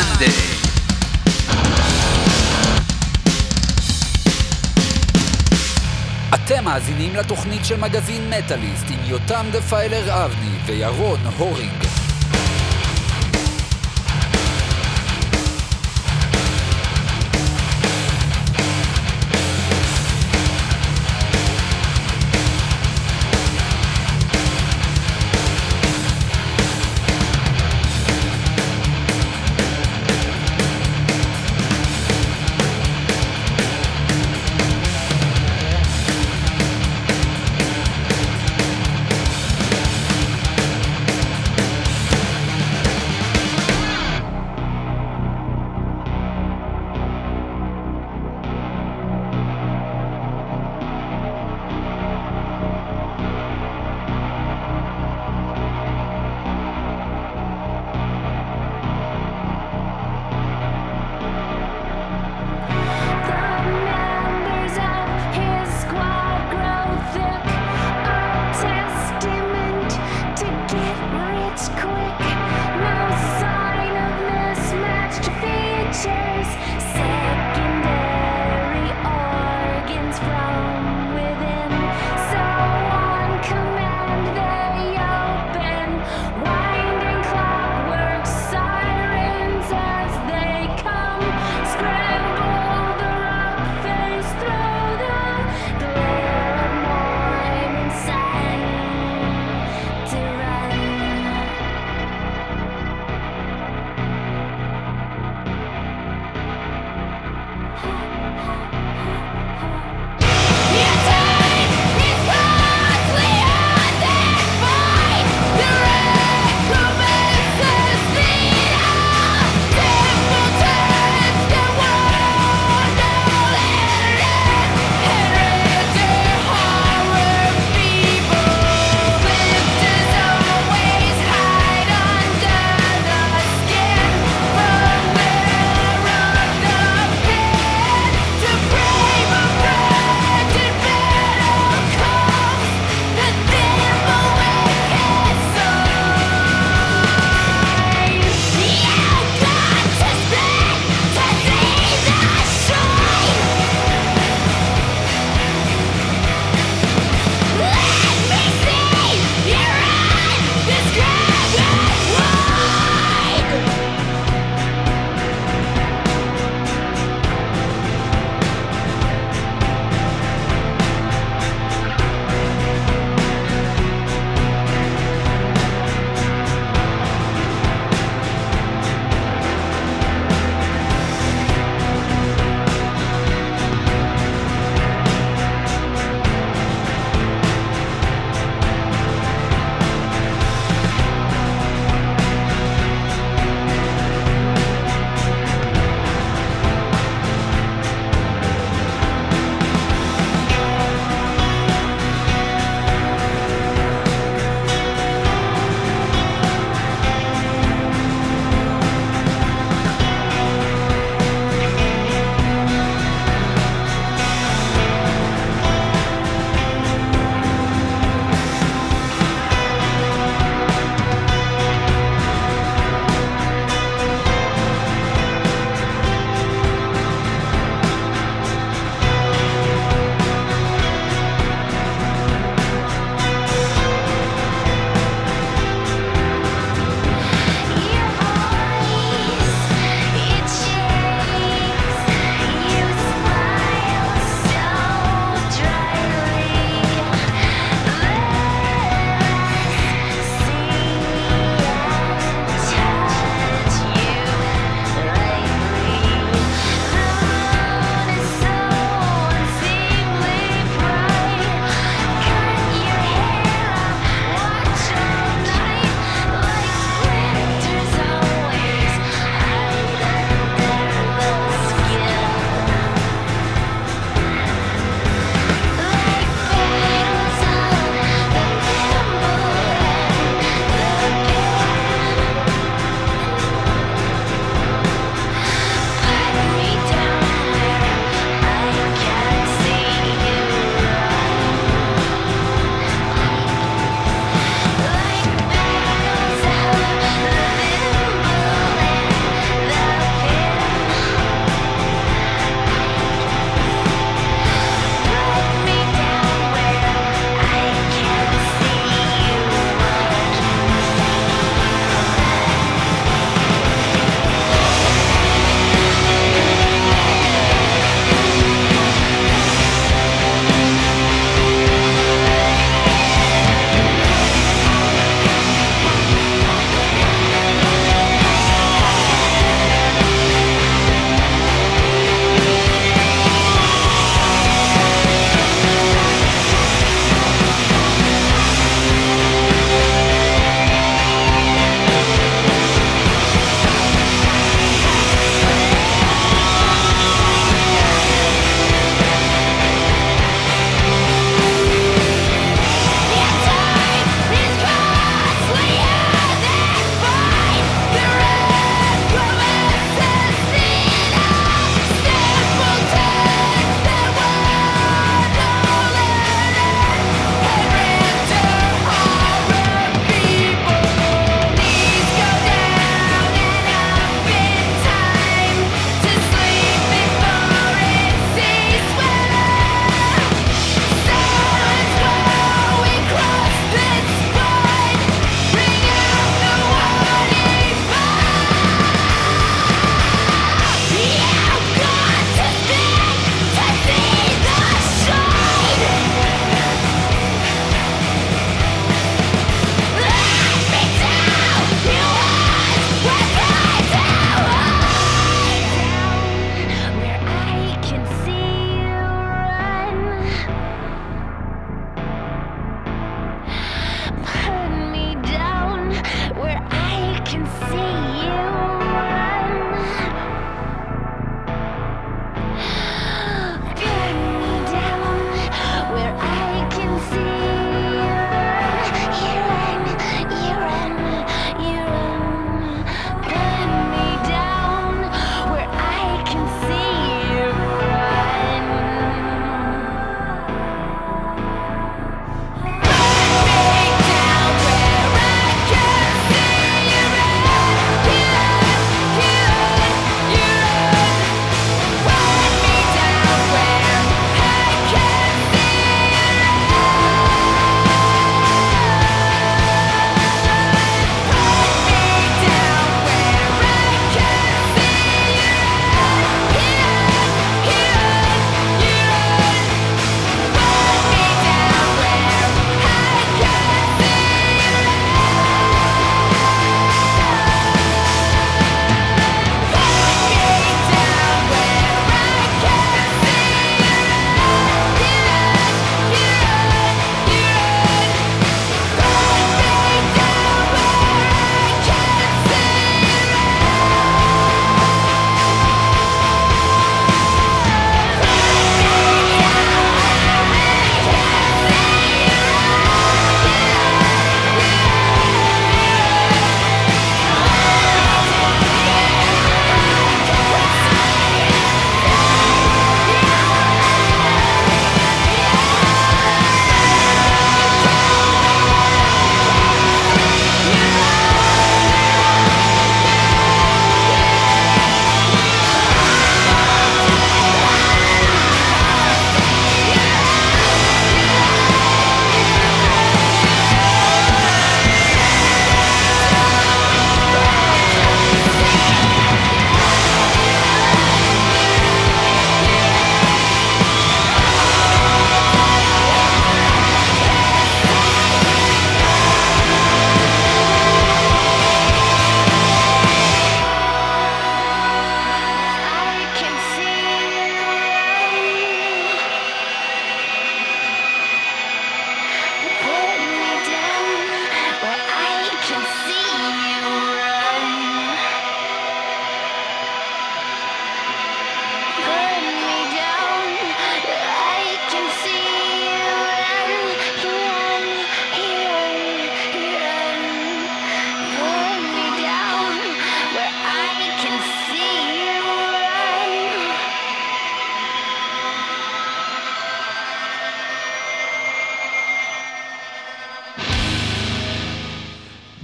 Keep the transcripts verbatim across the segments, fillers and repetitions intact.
Monday. אתם מאזינים לתוכנית של מגזין מטאליסט עם יותם דפיילר אבני וירון הורינג.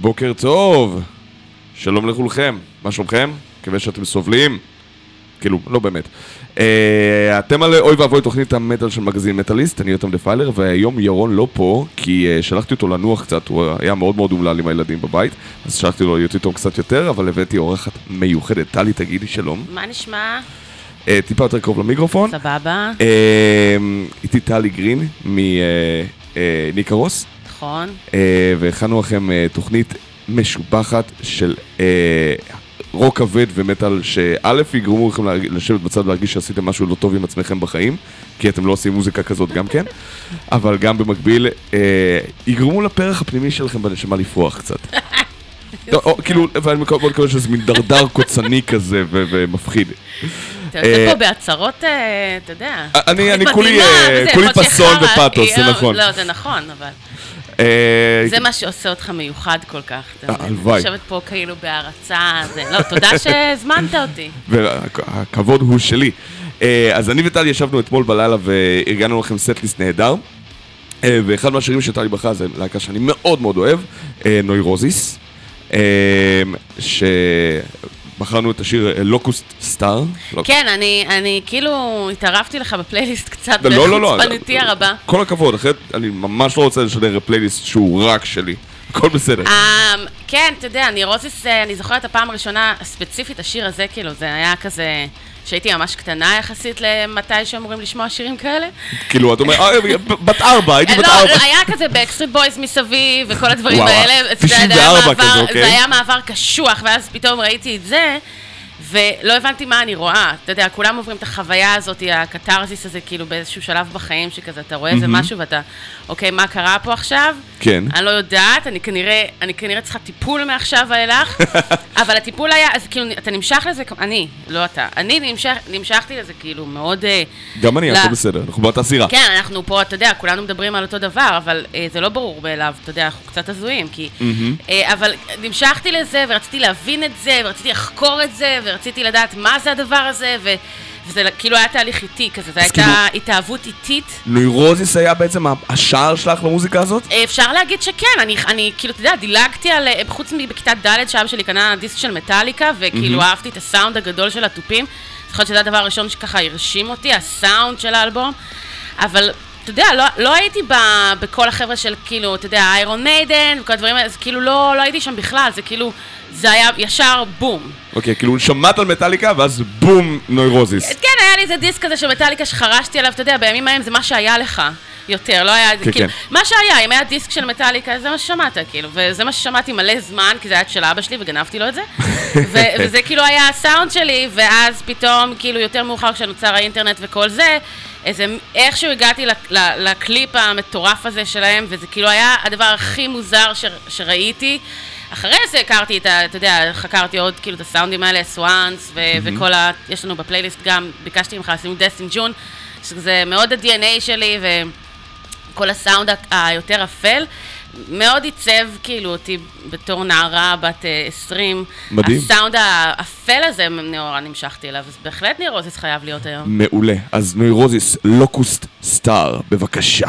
בוקר טוב, שלום לכולכם, מה שלומכם? מקווה שאתם סובלים, כאילו, לא באמת. Uh, אתם על אוי ואבוי תוכנית המטל של מגזין מטליסט, אני יותם דפיילר, והיום ירון לא פה, כי uh, שלחתי אותו לנוח קצת, הוא היה מאוד מאוד אומלל עם הילדים בבית, אז שלחתי לו להיות איתו קצת יותר, אבל הבאתי אורחת מיוחדת. טלי, תגידי שלום. מה נשמע? Uh, טיפה יותר קרוב למיקרופון. סבבה. Uh, איתי טלי גרין מניקרוס. נכון. Uh, והכנו לכם uh, תוכנית משובחת של... Uh, רוק כבד ומטל שא' יגרמו לכם לשבת בצד ולהרגיש שעשיתם משהו לא טוב עם עצמכם בחיים, כי אתם לא עושים מוזיקה כזאת גם כן, אבל גם במקביל אה, יגרמו לפרח הפנימי שלכם בנשמה לפרוח קצת. כאילו, ואני מקווה שזה מין דרדר קוצני כזה ומפחיד. אתה יודע פה בהצהרות, אתה יודע. אני כולי פסון ופאטוס, זה נכון. לא, זה נכון, אבל... זה מה שעושה אותך מיוחד כל כך. הלוואי. אני חושבת פה כאילו בהרצה, לא, תודה שהזמנת אותי. והכבוד הוא שלי. אז אני וטלי ישבנו אתמול בלילה והרגענו לכם סט-ליסט נהדר, ואחד מהשירים שטלי בחרה זה להקה שאני מאוד מאוד אוהב, נוירוזיס, שבחרנו את השיר לוקוסט סטאר. כן, אני כאילו התערבתי לך בפלייליסט קצת בחוצפניתי הרבה. כל הכבוד, אחרת אני ממש לא רוצה לשדר פלייליסט שהוא רק שלי. הכל בסדר. כן, אתה יודע, נוירוזיס, אני זוכרת את הפעם הראשונה, ספציפית השיר הזה, כאילו, זה היה כזה... שהייתי ממש קטנה יחסית למתי שאמורים לשמוע שירים כאלה. כאילו, את אומרת, בת ארבע, הייתי בת ארבע. לא, היה כזה באקסטריט בויז מסביב וכל הדברים האלה. תשעים וארבע כזה, אוקיי? זה היה מעבר קשוח, ואז פתאום ראיתי את זה, ולא הבנתי מה אני רואה. אתה יודע, כולם עוברים את החוויה הזאת, הקטרזיס הזה, כאילו באיזשהו שלב בחיים שכזה, אתה רואה איזה משהו ואתה, אוקיי, מה קרה פה עכשיו? כן. אני לא יודעת, אני כנראה, אני כנראה צריכה טיפול מעכשיו ואילך, אבל הטיפול היה, אז כאילו, אתה נמשך לזה, אני, לא אתה, אני נמשך, נמשכתי לזה כאילו מאוד... גם אני, הכל בסדר, אנחנו באותה סירה. כן, אנחנו פה, אתה יודע, כולנו מדברים על אותו דבר, אבל זה לא ברור מאליו, אתה יודע, אנחנו קצת הזויים, כי... אבל נמשכתי לזה, ורציתי להבין את זה, ורציתי לחקור את זה, ורציתי לדעת מה זה הדבר הזה, ו... וזה כאילו היה תהליך איטי כזה, זו הייתה התאהבות איטית. נוירוזיס היה בעצם השער שלך למוזיקה הזאת? אפשר להגיד שכן, אני, אני כאילו, אתה יודע, דילגתי על, חוץ מבכיתה ד' שאבא שלי קנה דיסק של מטאליקה, וכאילו mm-hmm. אהבתי את הסאונד הגדול של התופים. זוכרת שזה הדבר הראשון שככה הרשים אותי, הסאונד של האלבום, אבל... אתה יודע, לא, לא הייתי ב, בכל החבר'ה של, כאילו, אתה יודע, איירון מיידן וכל הדברים האלה, אז כאילו לא, לא הייתי שם בכלל, זה כאילו, זה היה ישר בום. אוקיי, כאילו שמעת על מטאליקה ואז בום נוירוזיס. כן, היה לי איזה דיסק כזה של מטאליקה שחרשתי עליו, אתה יודע, בימים ההם זה מה שהיה לך יותר, לא היה, כן, כאילו, כן. מה שהיה, אם היה דיסק של מטאליקה, זה מה ששמעת, כאילו, וזה מה ששמעתי מלא זמן, כי זה היה של אבא שלי וגנבתי לו את זה, ו- וזה כאילו היה הסאונד שלי, ואז פתאום, כאילו, יותר מאוחר כשנוצר האינטרנט וכל זה, איזה, איכשהו הגעתי לקליפ המטורף הזה שלהם, וזה כאילו היה הדבר הכי מוזר ש- שראיתי. אחרי זה הכרתי את ה... אתה יודע, חקרתי עוד כאילו את הסאונדים האלה, סוואנס, ו- mm-hmm. וכל ה... יש לנו בפלייליסט גם, ביקשתי ממך לשימו דסטין ג'ון, שזה מאוד ה-די אן איי שלי, וכל הסאונד היותר אפל, מאוד עיצב כאילו אותי בתור נערה בת עשרים. מדהים. הסאונד האפל הזה נורא נמשכתי אליו, אז בהחלט נוירוזיס חייב להיות היום. מעולה. אז נוירוזיס, לוקוסט סטאר, בבקשה.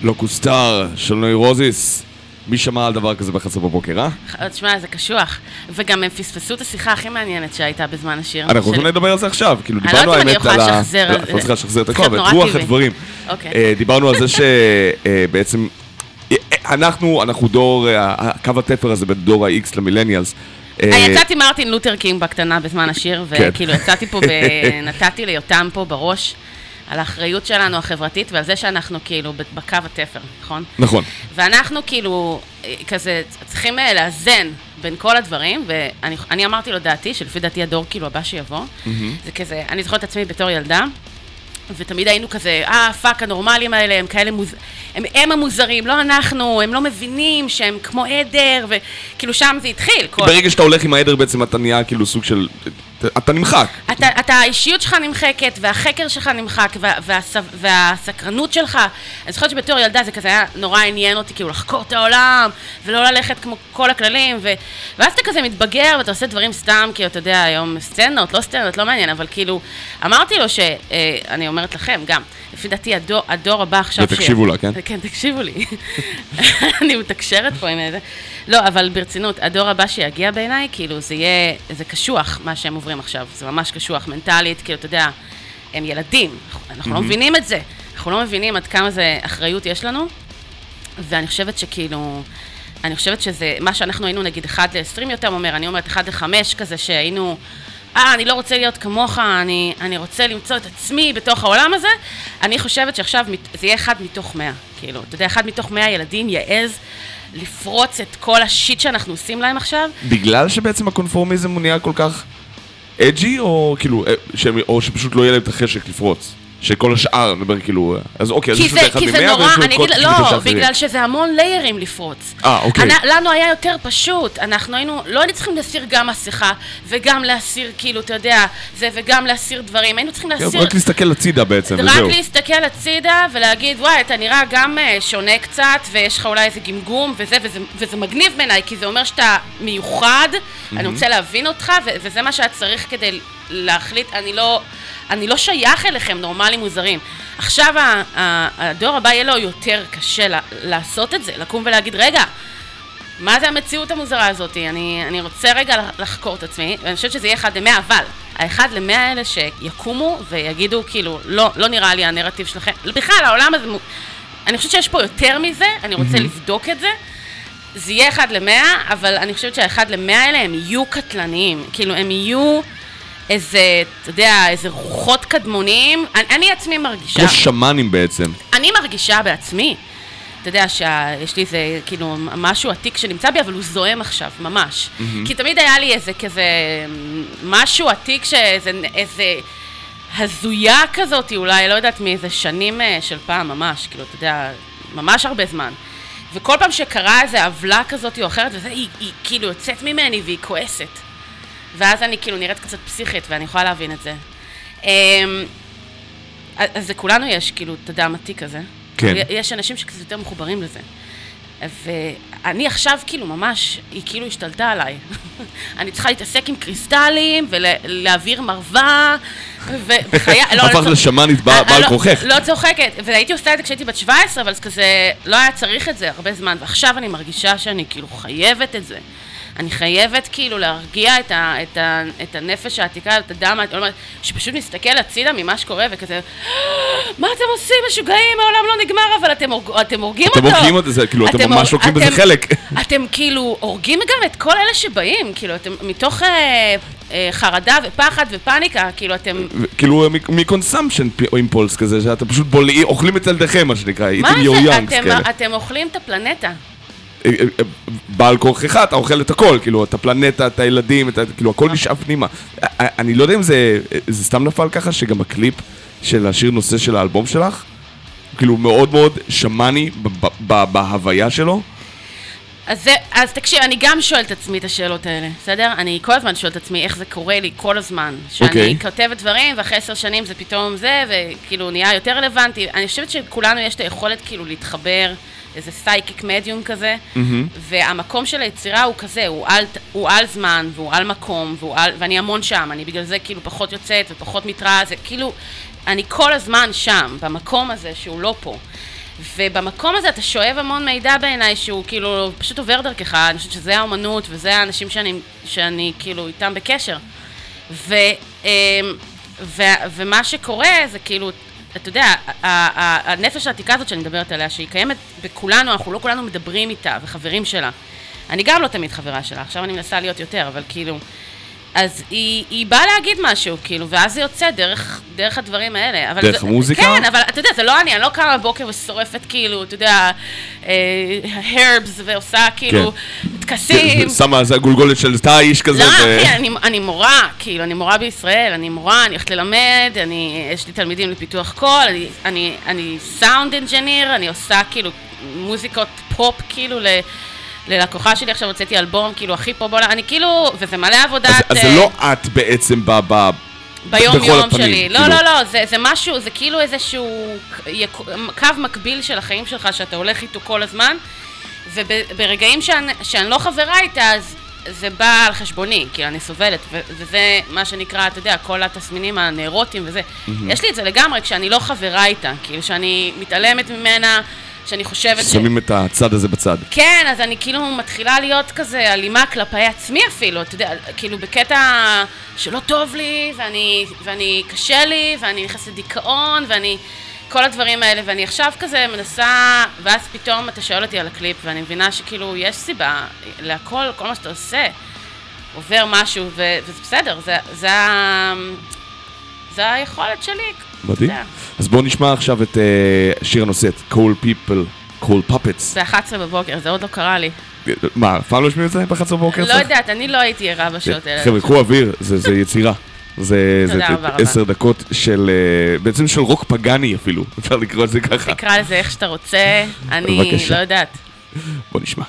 לוקוסטר של נוירוזיס. מי שמע על דבר כזה בחצות בבוקר, אה? תשמע, זה קשוח. וגם הם פספסו את השיחה הכי מעניינת שהייתה בזמן השיר. אנחנו יכולים לדבר על זה עכשיו. כאילו, דיברנו אני לא יודעת אם אני האמת על יכולה ה... לשחזר. את לא צריכה לשחזר את הכל, אבל נורא רוח טבעי. הדברים. אוקיי. דיברנו על זה שבעצם אנחנו, אנחנו דור, קו התפר הזה בין דור ה-X למילניאלס. יצאתי מרטין לותר קינג בקטנה בזמן השיר, וכאילו יצאתי פה, נתתי ליותם פה בראש. על האחריות שלנו החברתית ועל זה שאנחנו כאילו בקו התפר, נכון? נכון. ואנחנו כאילו כזה צריכים לאזן בין כל הדברים, ואני אני אמרתי לו דעתי, שלפי דעתי הדור כאילו הבא שיבוא, mm-hmm. זה כזה, אני זוכרת את עצמי בתור ילדה, ותמיד היינו כזה, אה, פאק, הנורמלים האלה, הם כאלה מוז... הם, הם המוזרים, לא אנחנו, הם לא מבינים שהם כמו עדר, וכאילו שם זה התחיל. כל... ברגע שאתה הולך עם העדר בעצם אתה נהיה כאילו סוג של... אתה נמחק. אתה, אתה, האישיות שלך נמחקת, והחקר שלך נמחק, וה, וה, והסקרנות שלך. אני זוכרת שבתור ילדה זה כזה היה נורא עניין אותי, כאילו לחקור את העולם, ולא ללכת כמו כל הכללים, ו, ואז אתה כזה מתבגר, ואתה עושה דברים סתם, כאילו, אתה יודע, היום סצנות, לא סצנות, לא מעניין, אבל כאילו, אמרתי לו ש... אה, אני אומרת לכם, גם, לפי דעתי, הדור, הדור הבא עכשיו... ותקשיבו לה, כן? כן, תקשיבו לי. אני מתקשרת פה עם איזה... לא, אבל ברצינות, הדור הבא שיגיע בעיניי, כאילו, זה יהיה... זה קשוח, מה שהם עוברים עכשיו. זה ממש קשוח, מנטלית, כאילו, אתה יודע, הם ילדים. אנחנו לא מבינים את זה. אנחנו לא מבינים עד כמה זה אחריות יש לנו. ואני חושבת שכאילו... אני חושבת שזה... מה שאנחנו היינו, נגיד, אחד לעשרים יותר אומר, אני אומרת, אחד לחמש כזה, שהיינו... אה, אני לא רוצה להיות כמוך, אני, אני רוצה למצוא את עצמי בתוך העולם הזה. אני חושבת שעכשיו זה יהיה אחד מתוך מאה. כאילו, אתה יודע, אחד מתוך מאה ילדים יעז לפרוץ את כל השיט שאנחנו עושים להם עכשיו. בגלל שבעצם הקונפורמיזם הוא נהיה כל כך אג'י, או כאילו, או שפשוט לא יהיה להם את החשק לפרוץ? שכל השאר, נדבר כאילו, אז אוקיי, אז יש לו אחד ממאה, ויש לו עוד לא, בגלל שזה המון ליירים לפרוץ. אה, אוקיי. לנו היה יותר פשוט, אנחנו היינו, לא היינו צריכים להסיר גם מסכה, וגם להסיר, כאילו, אתה יודע, זה, וגם להסיר דברים, היינו צריכים להסיר... רק להסתכל הצידה בעצם, וזהו. רק להסתכל הצידה, ולהגיד, וואי, אתה נראה גם שונה קצת, ויש לך אולי איזה גמגום, וזה, וזה מגניב בעיניי, כי זה אומר שאתה מיוחד, אני רוצה להבין אותך, וזה מה שאת צריך כדי להחליט, אני לא... אני לא שייך אליכם, נורמלים מוזרים. עכשיו הדור הבא יהיה לו יותר קשה לעשות את זה, לקום ולהגיד, רגע, מה זה המציאות המוזרה הזאת? אני, אני רוצה רגע לחקור את עצמי, ואני חושבת שזה יהיה אחד למאה, אבל האחד למאה האלה שיקומו ויגידו, כאילו, לא, לא נראה לי הנרטיב שלכם. בכלל, העולם הזה, אני חושבת שיש פה יותר מזה, אני רוצה לבדוק את זה. זה יהיה אחד למאה, אבל אני חושבת שהאחד למאה האלה הם יהיו קטלניים. כאילו, הם יהיו... איזה, אתה יודע, איזה רוחות קדמוניים. אני, אני עצמי מרגישה... כמו שמנים בעצם. אני מרגישה בעצמי. אתה יודע שיש לי איזה, כאילו, משהו עתיק שנמצא בי, אבל הוא זוהם עכשיו, ממש. Mm-hmm. כי תמיד היה לי איזה כזה, משהו עתיק שאיזה, איזה הזויה כזאת, אולי, לא יודעת, מאיזה שנים של פעם, ממש, כאילו, אתה יודע, ממש הרבה זמן. וכל פעם שקרה איזה עוולה כזאת או אחרת, וזה, היא, היא כאילו יוצאת ממני והיא כועסת. ואז אני כאילו נראית קצת פסיכית, ואני יכולה להבין את זה. אז לכולנו יש כאילו, אתה יודע, מתיק כזה. כן. יש אנשים שקצת יותר מחוברים לזה. ואני עכשיו כאילו ממש, היא כאילו השתלטה עליי. אני צריכה להתעסק עם קריסטלים, ולהעביר מרווה, ובחיי... הפך לשמנית בעל כוחך. לא צוחקת, והייתי עושה את זה כשהייתי בת שבע עשרה, אבל כזה, לא היה צריך את זה הרבה זמן, ועכשיו אני מרגישה שאני כאילו חייבת את זה. אני חייבת כאילו להרגיע את, ה, את, ה, את הנפש העתיקה, את הדם, שפשוט נסתכל הצידה ממה שקורה וכזה, מה אתם עושים משוגעים, העולם לא נגמר, אבל אתם, אתם הורגים אותו. אתם הורגים אותו, זה, כאילו, אתם, אתם ממש לוקחים בזה חלק. אתם כאילו הורגים גם את כל אלה שבאים, כאילו, אתם מתוך אה, אה, חרדה ופחד ופניקה, כאילו, אתם... כאילו, מקונסמפשן אימפולס כזה, שאתם פשוט בולעים, אוכלים את ילדיכם, מה שנקרא, מה זה? אתם, אתם אוכלים את הפלנטה. בעל כוחך, אתה אוכל את הכל, כאילו, את הפלנטה, את הילדים, את, כאילו, הכל נשאב פנימה. אני לא יודע אם זה, זה סתם נפל ככה, שגם הקליפ של השיר נושא של האלבום שלך, כאילו, מאוד מאוד שמני בהוויה שלו. אז, זה, אז תקשיב, אני גם שואלת את עצמי את השאלות האלה, בסדר? אני כל הזמן שואלת את עצמי איך זה קורה לי כל הזמן. שאני okay. כותבת דברים, ואחרי עשר שנים זה פתאום זה, וכאילו נהיה יותר רלוונטי. אני חושבת שכולנו יש את היכולת כאילו להתחבר, איזה סייקיק מדיום כזה, mm-hmm. והמקום של היצירה הוא כזה, הוא על, הוא על זמן, והוא על מקום, והוא על, ואני המון שם, אני בגלל זה כאילו פחות יוצאת ופחות מתראה, זה כאילו, אני כל הזמן שם, במקום הזה שהוא לא פה. ובמקום הזה אתה שואב המון מידע בעיניי שהוא כאילו פשוט עובר דרכך, אני חושבת שזה האומנות וזה האנשים שאני, שאני כאילו איתם בקשר. ו, ו, ומה שקורה זה כאילו, אתה יודע, הנפש העתיקה הזאת שאני מדברת עליה, שהיא קיימת בכולנו, אנחנו לא כולנו מדברים איתה וחברים שלה. אני גם לא תמיד חברה שלה, עכשיו אני מנסה להיות יותר, אבל כאילו... אז היא, היא באה להגיד משהו, כאילו, ואז זה יוצא דרך, דרך הדברים האלה. אבל דרך זה, המוזיקה? כן, אבל אתה יודע, זה לא אני, אני לא קמה בבוקר ושורפת, כאילו, אתה יודע, הרבס, ועושה, כאילו, טקסים. שמה, זה הגולגולת של תא איש כזה. לא, אחי, אני, אני מורה, כאילו, אני מורה בישראל, אני מורה, אני הולכת ללמד, אני, יש לי תלמידים לפיתוח קול, אני, אני, אני סאונד אנג'יניר, אני עושה, כאילו, מוזיקות פופ, כאילו, ל... ללקוחה שלי עכשיו הוצאתי אלבום, כאילו, הכי פה בעולם, אני כאילו, וזה מלא עבודת... אז זה לא את בעצם ב... ביום יום שלי. לא, לא, לא, זה משהו, זה כאילו איזשהו קו מקביל של החיים שלך, שאתה הולך איתו כל הזמן, וברגעים שאני לא חברה איתה, אז זה בא על חשבוני, כאילו, אני סובלת, וזה מה שנקרא, אתה יודע, כל התסמינים הנאירוטיים וזה. יש לי את זה לגמרי כשאני לא חברה איתה, כאילו, שאני מתעלמת ממנה, שאני חושבת ש... שמים את הצד הזה בצד. כן, אז אני כאילו מתחילה להיות כזה אלימה כלפי עצמי אפילו, אתה יודע, כאילו בקטע שלא טוב לי, ואני, ואני קשה לי, ואני נכנסת לדיכאון, ואני... כל הדברים האלה, ואני עכשיו כזה מנסה, ואז פתאום אתה שואל אותי על הקליפ, ואני מבינה שכאילו יש סיבה להכל, כל מה שאתה עושה, עובר משהו, ו... וזה בסדר, זה, זה, זה היכולת שלי. מדהים. אז בואו נשמע עכשיו את uh, שיר הנושאת, Cold People, Cold Puppets. ב-אחת עשרה בבוקר, זה עוד לא קרה לי. מה, פעם לא שומעים את זה ב-אחת עשרה בבוקר? לא יודעת, אני לא הייתי ערה בשעות האלה. חבר'ה, קחו אוויר, זה יצירה. זה עשר דקות של, בעצם של רוק פגני אפילו, אפשר לקרוא את זה ככה. תקרא לזה איך שאתה רוצה, אני לא יודעת. בוא נשמע.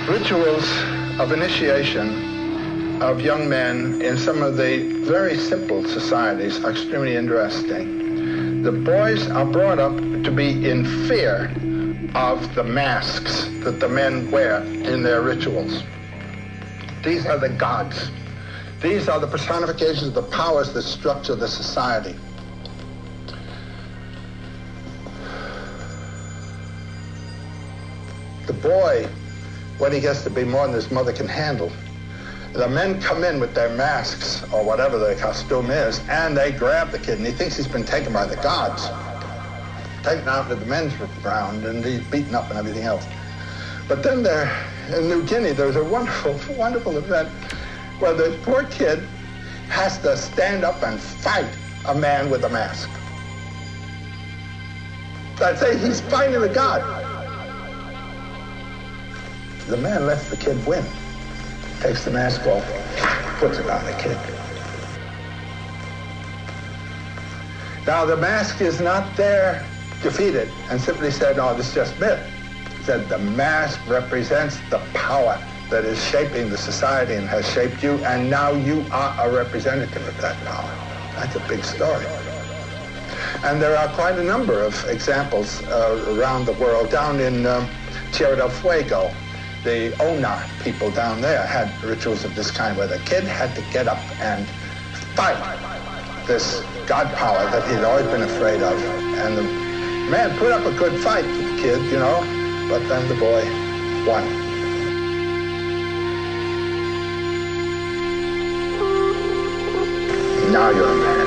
Rituals of initiation of young men in some of the very simple societies are extremely interesting. The boys are brought up to be in fear of the masks that the men wear in their rituals. These are the gods. These are the personifications of the powers that structure the society. The boy, when he gets to be more than his mother can handle, the men come in with their masks or whatever their costume is, and they grab the kid, and he thinks he's been taken by the gods. Taken out to the men's ground, and he's beaten up and everything else. But then there, in New Guinea, there's a wonderful, wonderful event where the poor kid has to stand up and fight a man with a mask. I'd say he's fighting a god. The man lets the kid win. Takes the mask off, puts it on the kid. Now the mask is not there defeated and simply said, oh, this is just myth. It said the mask represents the power that is shaping the society and has shaped you, and now you are a representative of that power. That's a big story. And there are quite a number of examples uh, around the world. Down in um, Tierra del Fuego, the Ona people down there had rituals of this kind where the kid had to get up and fight this god power that he'd always been afraid of. And the man put up a good fight with the kid, you know, but then the boy won. Now you're a man.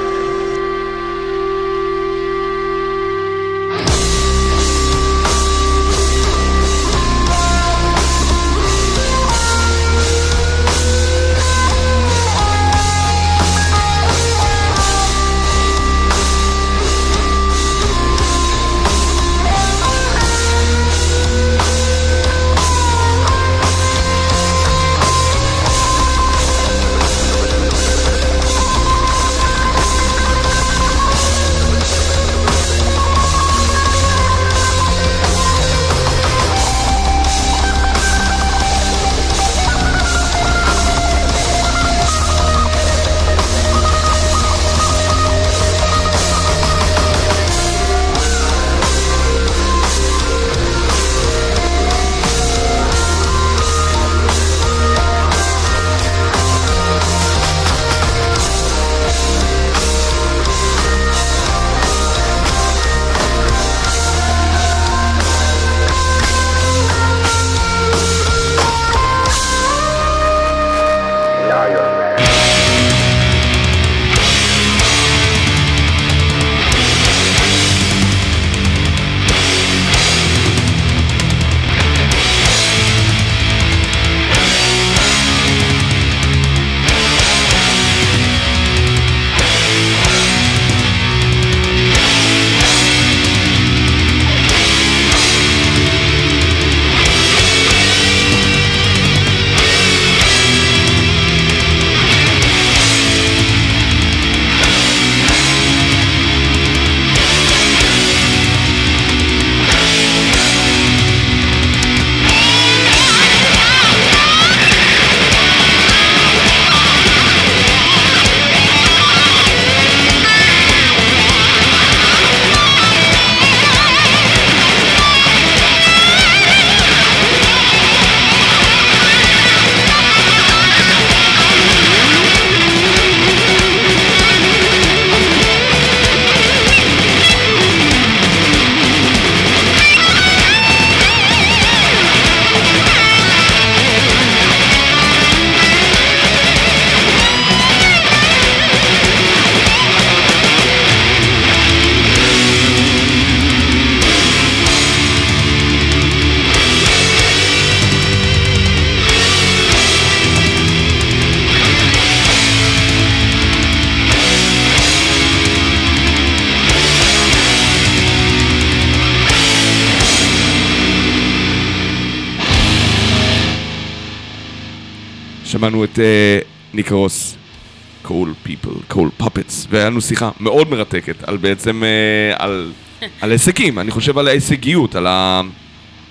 שמענו את ניקרוס, Cool People, Cool Puppets, והיה לנו שיחה מאוד מרתקת על בעצם, על, על הישגים, אני חושב על ההישגיות, על, ה,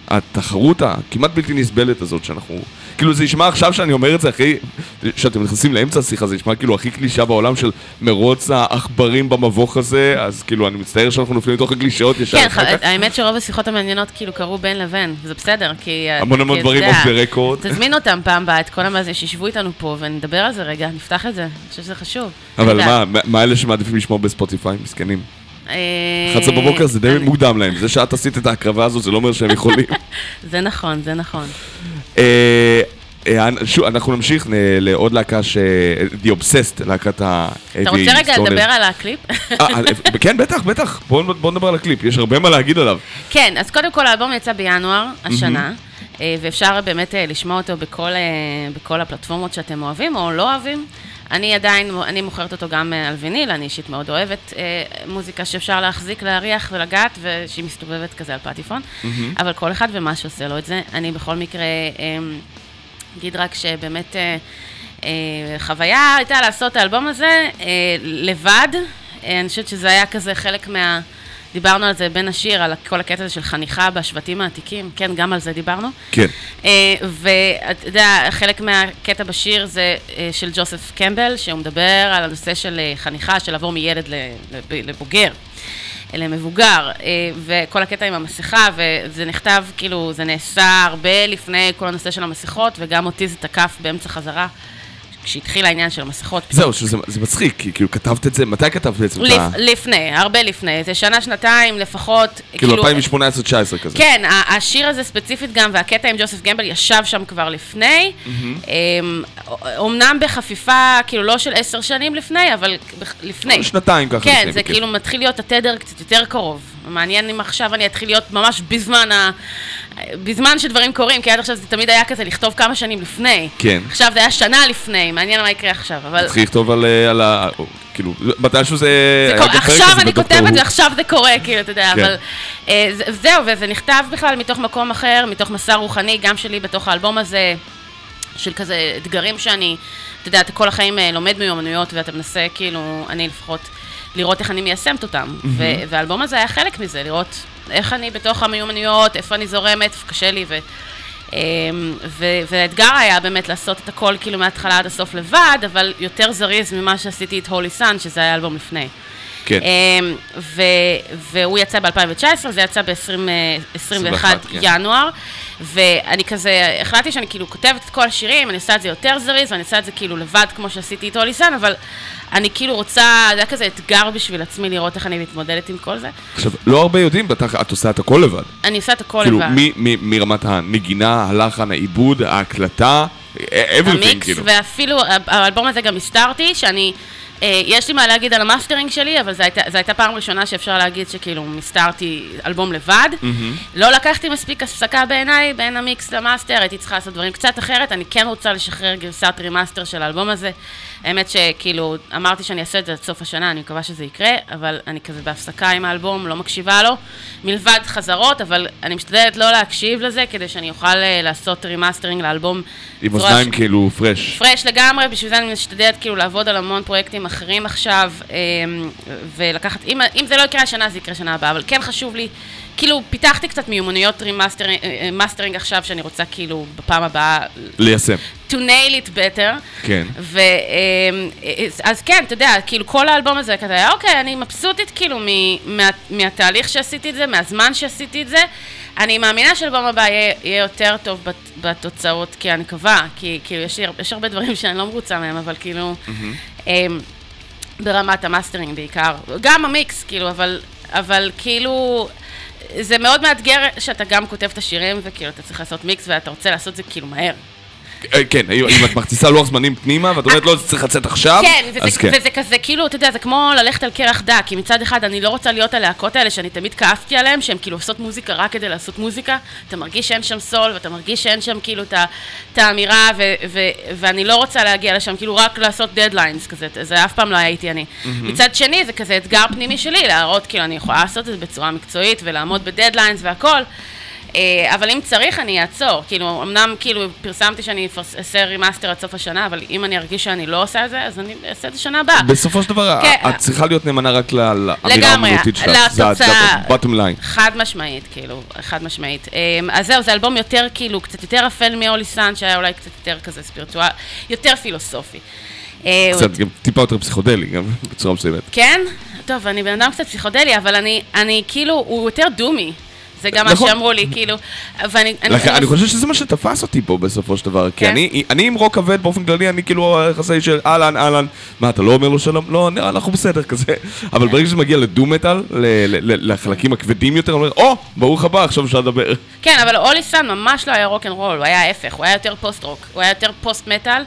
התחרות הכמעט בלתי נסבלת הזאת שאנחנו... כאילו זה ישמע עכשיו שאני אומר את זה אחרי שאתם נכנסים לאמצע השיחה, זה ישמע כאילו הכי קלישה בעולם של מרוץ העכברים במבוך הזה, אז כאילו אני מצטער שאנחנו נופלים לתוך הקלישאות ישר. כן, האמת שרוב השיחות המעניינות כאילו קרו בין לבין, זה בסדר, כי... המון המון דברים אוף דה רקורד. תזמין אותם פעם בה, את כל המאזינים שישבו איתנו פה ונדבר על זה רגע, נפתח את זה, אני חושב שזה חשוב. אבל מה, מה אלה שמעדיפים לשמוע בספוטיפיי, מסכנים? אחת עשרה בבוקר זה די מוקדם להם, זה שאת עשית את ההקרבה הזו, זה לא אומר שהם יכולים. זה נכון, זה נכון. שוב, אנחנו נמשיך לעוד להקה ש... The Obsessed, להקת ה... אתה רוצה רגע לדבר על הקליפ? כן, בטח, בטח. בואו נדבר על הקליפ, יש הרבה מה להגיד עליו. כן, אז קודם כל האלבום יצא בינואר השנה, ואפשר באמת לשמוע אותו בכל הפלטפורמות שאתם אוהבים או לא אוהבים. אני עדיין, אני מוכרת אותו גם על ויניל, אני אישית מאוד אוהבת אה, מוזיקה שאפשר להחזיק, להריח ולגעת, ושהיא מסתובבת כזה על פטיפון, mm-hmm. אבל כל אחד ומה שעושה לו את זה. אני בכל מקרה, אה, אגיד רק שבאמת אה, אה, חוויה הייתה לעשות את האלבום הזה אה, לבד, אה, אני חושבת שזה היה כזה חלק מה... דיברנו על זה בין השיר, על כל הקטע הזה של חניכה בשבטים העתיקים, כן, גם על זה דיברנו. כן. ואתה יודע, חלק מהקטע בשיר זה של ג'וסף קמבל, שהוא מדבר על הנושא של חניכה, של לעבור מילד לבוגר, למבוגר, וכל הקטע עם המסכה, וזה נכתב, כאילו, זה נעשה הרבה לפני כל הנושא של המסכות, וגם אותי זה תקף באמצע חזרה. כשהתחיל העניין של המסכות. זהו, זה מצחיק, כי כאילו כתבת את זה, מתי כתבת בעצם? לפני, הרבה לפני, זה שנה, שנתיים, לפחות. כאילו אלפיים שמונה עשרה תשע עשרה כזה. כן, השיר הזה ספציפית גם, והקטע עם ג'וסף גמבל ישב שם כבר לפני, אומנם בחפיפה, כאילו לא של עשר שנים לפני, אבל לפני. שנתיים ככה. כן, זה כאילו מתחיל להיות התדר קצת יותר קרוב. מעניין אם עכשיו אני אתחיל להיות ממש בזמן ה... בזמן שדברים קורים, כי עד עכשיו זה תמיד היה כזה לכתוב כמה שנים לפני. כן. עכשיו זה היה שנה לפני, מעניין מה יקרה עכשיו, אבל... צריך לכתוב על ה... כאילו, מתישהו זה... עכשיו אני כותבת ועכשיו זה קורה, כאילו, אתה יודע, אבל... זהו, וזה נכתב בכלל מתוך מקום אחר, מתוך מסע רוחני, גם שלי בתוך האלבום הזה, של כזה אתגרים שאני, אתה יודע, אתה כל החיים לומד מיומנויות, ואתה מנסה, כאילו, אני לפחות... לראות איך אני מיישמת אותם, mm-hmm. ו- והאלבום הזה היה חלק מזה, לראות איך אני בתוך המיומנויות, איפה אני זורמת, קשה לי, ו- ו- והאתגר היה באמת לעשות את הכל כאילו מההתחלה עד הסוף לבד, אבל יותר זריז ממה שעשיתי את הולי סאן, שזה היה אלבום לפני. כן. ו- והוא יצא ב-אלפיים תשע עשרה, זה יצא ב-עשרים ואחד ינואר, ואני כזה, החלטתי שאני כאילו כותבת את כל השירים, אני עושה את זה יותר זריז, ואני עושה את זה כאילו לבד כמו שעשיתי את הולי סאן, אבל אני כאילו רוצה, זה היה כזה אתגר בשביל עצמי לראות איך אני מתמודדת עם כל זה. עכשיו, לא הרבה יודעים, את עושה את הכל לבד. אני עושה את הכל כאילו, לבד. כאילו, מרמת הנגינה, הלחן, העיבוד, ההקלטה, everything, המיקס, כאילו. ואפילו, האלבום הזה גם הסתרתי, שאני, יש לי מה להגיד על המאסטרינג שלי, אבל זו הייתה, זו הייתה פעם ראשונה שאפשר להגיד שכאילו מסתרתי אלבום לבד. Mm-hmm. לא לקחתי מספיק הפסקה בעיניי, בין המיקס למאסטר, הייתי צריכה לעשות דברים קצת אחרת, אני כן רוצה לשחרר גרסת רימאסטר של האלבום הזה. האמת שכאילו, אמרתי שאני אעשה את זה עד סוף השנה, אני מקווה שזה יקרה, אבל אני כזה בהפסקה עם האלבום, לא מקשיבה לו, מלבד חזרות, אבל אני משתדלת לא להקשיב לזה, כדי שאני אוכל לעשות רימאסטרינג לאלבום. עם אוזניים כאילו פרש. פרש לגמרי, בשביל זה אני משתדלת כאילו לעבוד על המון פרויקטים אחרים עכשיו, ולקחת, אם, אם זה לא יקרה השנה, זה יקרה שנה הבאה, אבל כן חשוב לי, כאילו פיתחתי קצת מיומנויות רימאסטרינג עכשיו, שאני רוצה כאילו בפעם הבאה... ליישם. to nail it better. כן. ו, אז כן, אתה יודע, כאילו כל האלבום הזה כזה, אוקיי, אני מבסוטית כאילו מה, מהתהליך שעשיתי את זה, מהזמן שעשיתי את זה. אני מאמינה שאלבום הבא יהיה, יהיה יותר טוב בת, בתוצאות, כי אני מקווה, כי כאילו יש, יש הרבה דברים שאני לא מרוצה מהם, אבל כאילו, mm-hmm. ברמת המאסטרינג בעיקר, גם המיקס, כאילו, אבל, אבל כאילו, זה מאוד מאתגר שאתה גם כותב את השירים, וכאילו אתה צריך לעשות מיקס, ואתה רוצה לעשות את זה כאילו מהר. כן, אם את מכניסה לוח זמנים פנימה, ואת אומרת, לא, זה צריך לצאת עכשיו, אז כן. וזה כזה, כאילו, אתה יודע, זה כמו ללכת על קרח דק, כי מצד אחד אני לא רוצה להיות הלהקות האלה, שאני תמיד כאפתי עליהם, שהם כאילו עושות מוזיקה רק כדי לעשות מוזיקה, אתה מרגיש שאין שם סול, ואתה מרגיש שאין שם כאילו את האמירה, ואני לא רוצה להגיע לשם, כאילו רק לעשות דדליינס כזה, זה אף פעם לא הייתי אני. מצד שני, זה כזה אתגר פנימי שלי, להראות, כאילו, אני יכולה לעשות את זה בצורה מקצועית, ולעמוד בדדליינס והכל, אבל אם צריך אני אעצור, כאילו, אמנם כאילו פרסמתי שאני אעשה רימאסטר עד סוף השנה, אבל אם אני ארגיש שאני לא עושה את זה, אז אני אעשה את זה שנה הבאה. בסופו של דבר, את צריכה להיות נאמנה רק לאמירה האמנותית שלך, זה ה-bottom line. חד משמעית, כאילו, חד משמעית. אז זהו, זה אלבום יותר כאילו, קצת יותר אפל מאוליסן, שהיה אולי קצת יותר כזה ספירטואל, יותר פילוסופי. קצת גם טיפה יותר פסיכודלי, גם בצורה מסוימת. כן? טוב, אני בן אדם קצת פסיכודלי, אבל אני, אני כאילו, הוא יותר דומי. זה גם מה שאמרו לי, כאילו, ואני... אני חושב שזה מה שתפס אותי פה בסופו של דבר, כי אני עם רוק כבד באופן כללי, אני כאילו יחסי של אהלן, אהלן, מה, אתה לא אומר לו שלום? לא, אנחנו בסדר כזה, אבל ברגע שזה מגיע לדו-מטל, לחלקים הכבדים יותר, אני אומר, או, ברוך הבא, עכשיו אפשר לדבר. כן, אבל אוליסן ממש לא היה רוק אנד רול, הוא היה ההפך, הוא היה יותר פוסט-רוק, הוא היה יותר פוסט-מטל.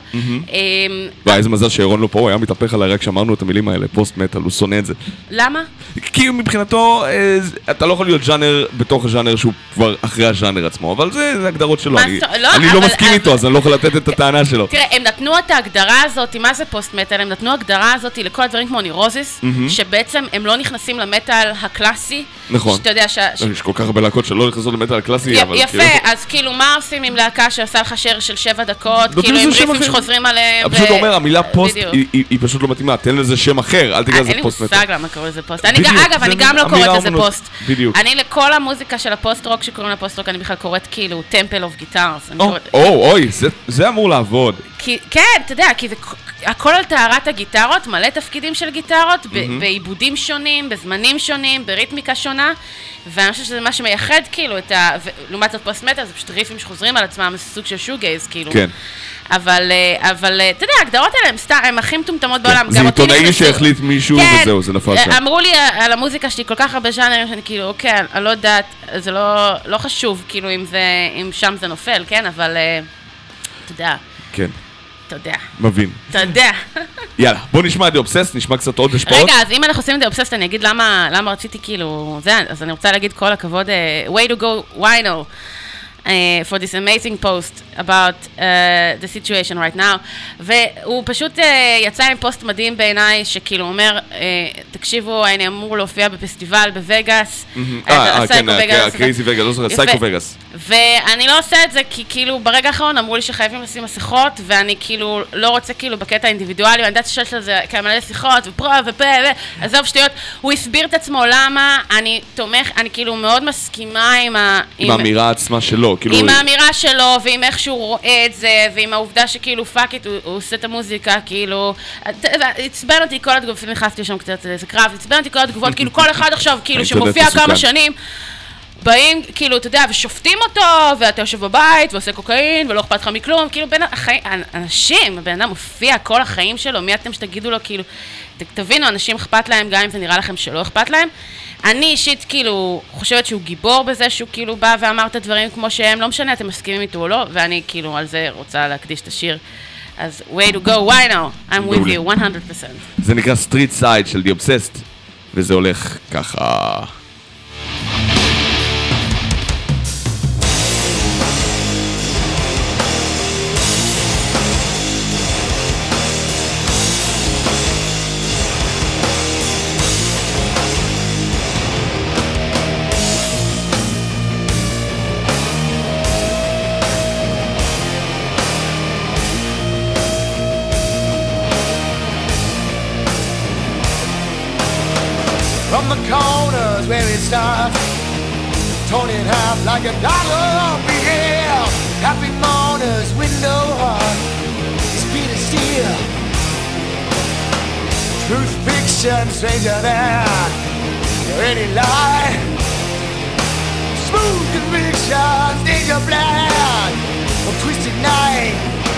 ואיזה מזל שאירון לא פה, הוא היה מתהפך עליי רק שאמרנו את המילים האלה, פוסט-מטל, הוא שונא את זה. למה? כי מבחינתו, אתה לא יכול להיות ז'אנר בתוך הז'אנר שהוא כבר אחרי הז'אנר עצמו, אבל זה הגדרות שלו, אני לא מסכים איתו, אז אני לא יכול לתת את הטענה שלו. תראה, הם נתנו את ההגדרה הזאת, מה זה פוסט-מטל? הם נתנו הגדרה הזאת לכל הדברים כמו נירוזיס, שבעצם הם לא נכנסים למטל הקלאסי. נכון. שאתה יודע ש... יש כל כך הרבה להקות שלא נכנסות למטל הקלאסי, אבל... יפה, אז כאילו, מה עושים עם להקה שעושה לך שר של שבע דקות, כאילו עם ריפים שחוזרים עליהם? אני פשוט אומר, המילה פוסט היא פשוט לא מתאימה, תן לזה שם אחר, אל תקרא לזה פוסט-מטל. אין לי מושג למה קוראים לזה פוסט. אגב, אני גם לא קוראת לזה פוסט. אני לכל המוזיקה של הפוסט-רוק שקוראים לה פוסט-רוק, אני בכלל קוראת כאילו טמפל אוף גיטרס. אוי, זה אמור לעבוד. כן, אתה יודע, כי זה הכל על טהרת הגיטרות, מלא תפקידים של גיטרות, בעיבודים שונים, בזמנים שונים, בריתמיקה שונה, ואני חושב שזה מה שמייחד כאילו את ה... לעומת זאת פוסט-מטל, זה פשוט ריפים שחוזרים על עצמם, זה סוג של שוגייז, כאילו. כן. אבל, אבל, אתה יודע, הגדרות האלה הם סתם, הם הכי מטומטמות בעולם. זה עיתונאי שהחליט מישהו וזהו, זה נפל שם. אמרו לי על המוזיקה שלי כל כך הרבה ז'אנרים, שאני כאילו, אוקיי, אני לא יודעת, זה לא חשוב, כאילו, אם שם זה נופל, כן? אבל, אתה יודע. כן. אתה יודע. מבין. אתה יודע. יאללה, בוא נשמע את דיאובססט, נשמע קצת עוד השפעות. רגע, אז אם אנחנו עושים את דיאובססט, אני אגיד למה, למה רציתי כאילו, זה, אז אני רוצה להגיד כל הכבוד, uh, way to go, wino, uh, for this amazing post about uh, the situation right now, והוא פשוט uh, יצא עם פוסט מדהים בעיניי, שכאילו אומר, uh, תקשיבו, אני אמור להופיע בפסטיבל בווגאס. אה, כן, הקריזי וגאס, לא זוכר, סייקו וגאס. ואני לא עושה את זה, כי כאילו ברגע האחרון אמרו לי שחייבים לשים מסכות, ואני כאילו לא רוצה כאילו בקטע האינדיבידואלי, ואני יודעת שיש לזה כמה מלא שיחות, ופרו ופה, ועזוב שטויות, הוא הסביר את עצמו למה, אני תומך, אני כאילו מאוד מסכימה עם ה... עם האמירה עצמה שלו, כאילו... עם האמירה שלו, ועם איך שהוא רואה את זה, ועם העובדה שכאילו פאק איט, הוא עושה את המוזיקה, כאילו... הצבן אותי כל התגובות, נכנסתי שם קצת איזה קרב, הצבן אותי כל התגובות, כאילו כל אחד עכשיו, כאילו שמופיע כמה שנים, באים, כאילו, אתה יודע, ושופטים אותו, ואתה יושב בבית, ועושה קוקאין, ולא אכפת לך מכלום, כאילו, בין החיים, אנשים, הבן אדם מופיע כל החיים שלו, מי אתם שתגידו לו, כאילו, תבינו, אנשים אכפת להם, גם אם זה נראה לכם שלא אכפת להם. אני אישית, כאילו, חושבת שהוא גיבור בזה, שהוא כאילו בא ואמר את הדברים כמו שהם, לא משנה, אתם מסכימים איתו או לא, ואני, כאילו, על זה רוצה להקדיש את השיר. אז, way to go, why now? I'm with you, one hundred percent. זה נקרא Street Side של דיאובססט, וזה הולך ככה... From the corners where it starts, torn in half like a dollar off the air. Happy mourners, window heart, speed of steel. Truth, fiction, stranger than any lie. Smooth conviction, danger blind, a twisted night.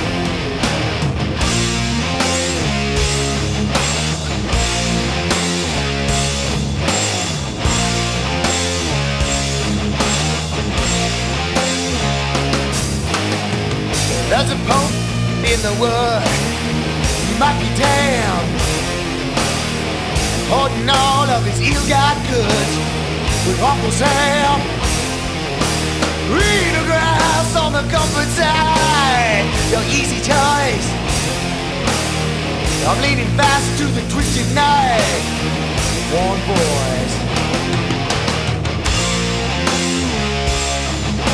There's a pope in the wood, he might be damned, hoarding all of his ill-got goods with Uncle Sam. Greener grass on the comfort side, your easy choice. I'm leaning fast to the twisted night, warm boys.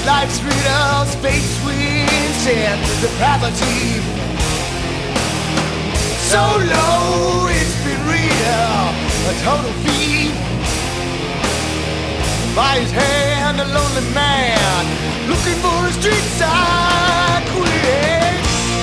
life's riddles, fate's winds and depravity. So low, it's been real, a total thief. By his hand, a lonely man, looking for a street side queen.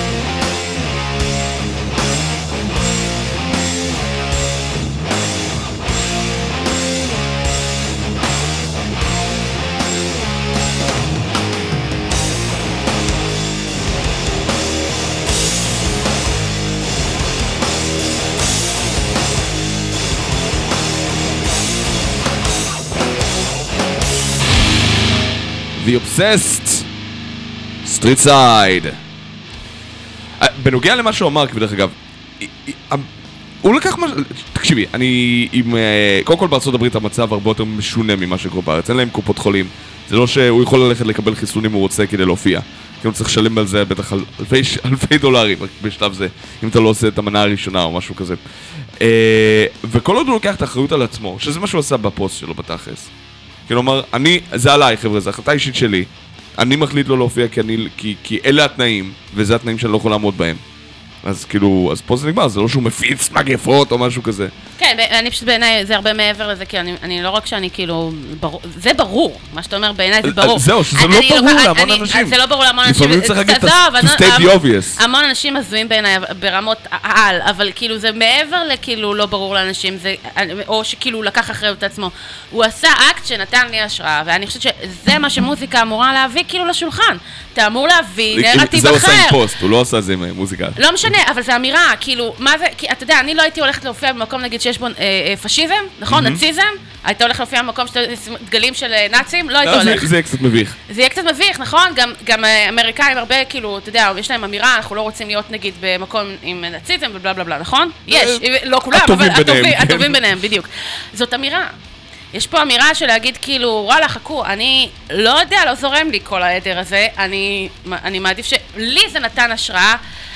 The Obsessed, Street Side. בנוגע למה שהוא אמר, כבדרך אגב, הוא לקח מה... תקשיבי, אני עם... קודם כל בארצות הברית המצב הרבה יותר משונה ממה שקורה בארץ, אין להם קופות חולים. זה לא שהוא יכול ללכת לקבל חיסונים הוא רוצה כדי להופיע. כי הוא צריך לשלם על זה בטח אלפי, אלפי דולרים בשלב זה, אם אתה לא עושה את המנה הראשונה או משהו כזה. וכל עוד הוא לוקח את האחריות על עצמו, שזה מה שהוא עשה בפוסט שלו בתכלס. כלומר, אני, זה עליי חבר'ה, זה החלטה אישית שלי. אני מחליט לא להופיע כי, אני, כי, כי אלה התנאים, וזה התנאים שאני לא יכול לעמוד בהם. אז כאילו, אז פה זה נגמר, זה לא שהוא מפיץ מגפות או משהו כזה. כן, אני פשוט בעיניי זה הרבה מעבר לזה, כי אני, אני לא רק שאני כאילו, ברור, זה ברור, מה שאתה אומר בעיניי זה ברור. זהו, שזה לא ברור להמון אנשים. זה לא ברור להמון אנשים. לפעמים צריך להגיד, to state the obvious. המון אנשים הזויים בעיניי ברמות על, אבל כאילו זה מעבר לכאילו לא ברור לאנשים, או שכאילו לקח אחריות עצמו. הוא עשה אקט שנתן לי השראה, ואני חושבת שזה מה שמוזיקה אמורה להביא כאילו לשולחן. אתה אמור להביא נרטיב אחר. זה עושה עם פוסט, הוא לא עושה זה עם מוזיקה. לא משנה, אבל זה אמירה, כאילו, מה זה, כי אתה יודע, אני לא הייתי הולכת להופיע במקום, נגיד, שיש בו אה, פשיזם, נכון? Mm-hmm. נאציזם? היית הולכת להופיע במקום שאתה דגלים של נאצים? לא היית הולכת. זה יהיה קצת מביך. זה יהיה קצת מביך, נכון? גם, גם אמריקאים הרבה, כאילו, אתה יודע, יש להם אמירה, אנחנו לא רוצים להיות, נגיד, במקום עם נאציזם ובלה בלה בלה, נכון? יש, לא כולם, אבל הטובים ביניהם, בדיוק. זאת אמירה. יש פה אמירה של להגיד כאילו, וואלה, חכו, אני לא יודע, לא זורם לי כל העדר הזה, אני, אני מעדיף שלי זה נתן השראה,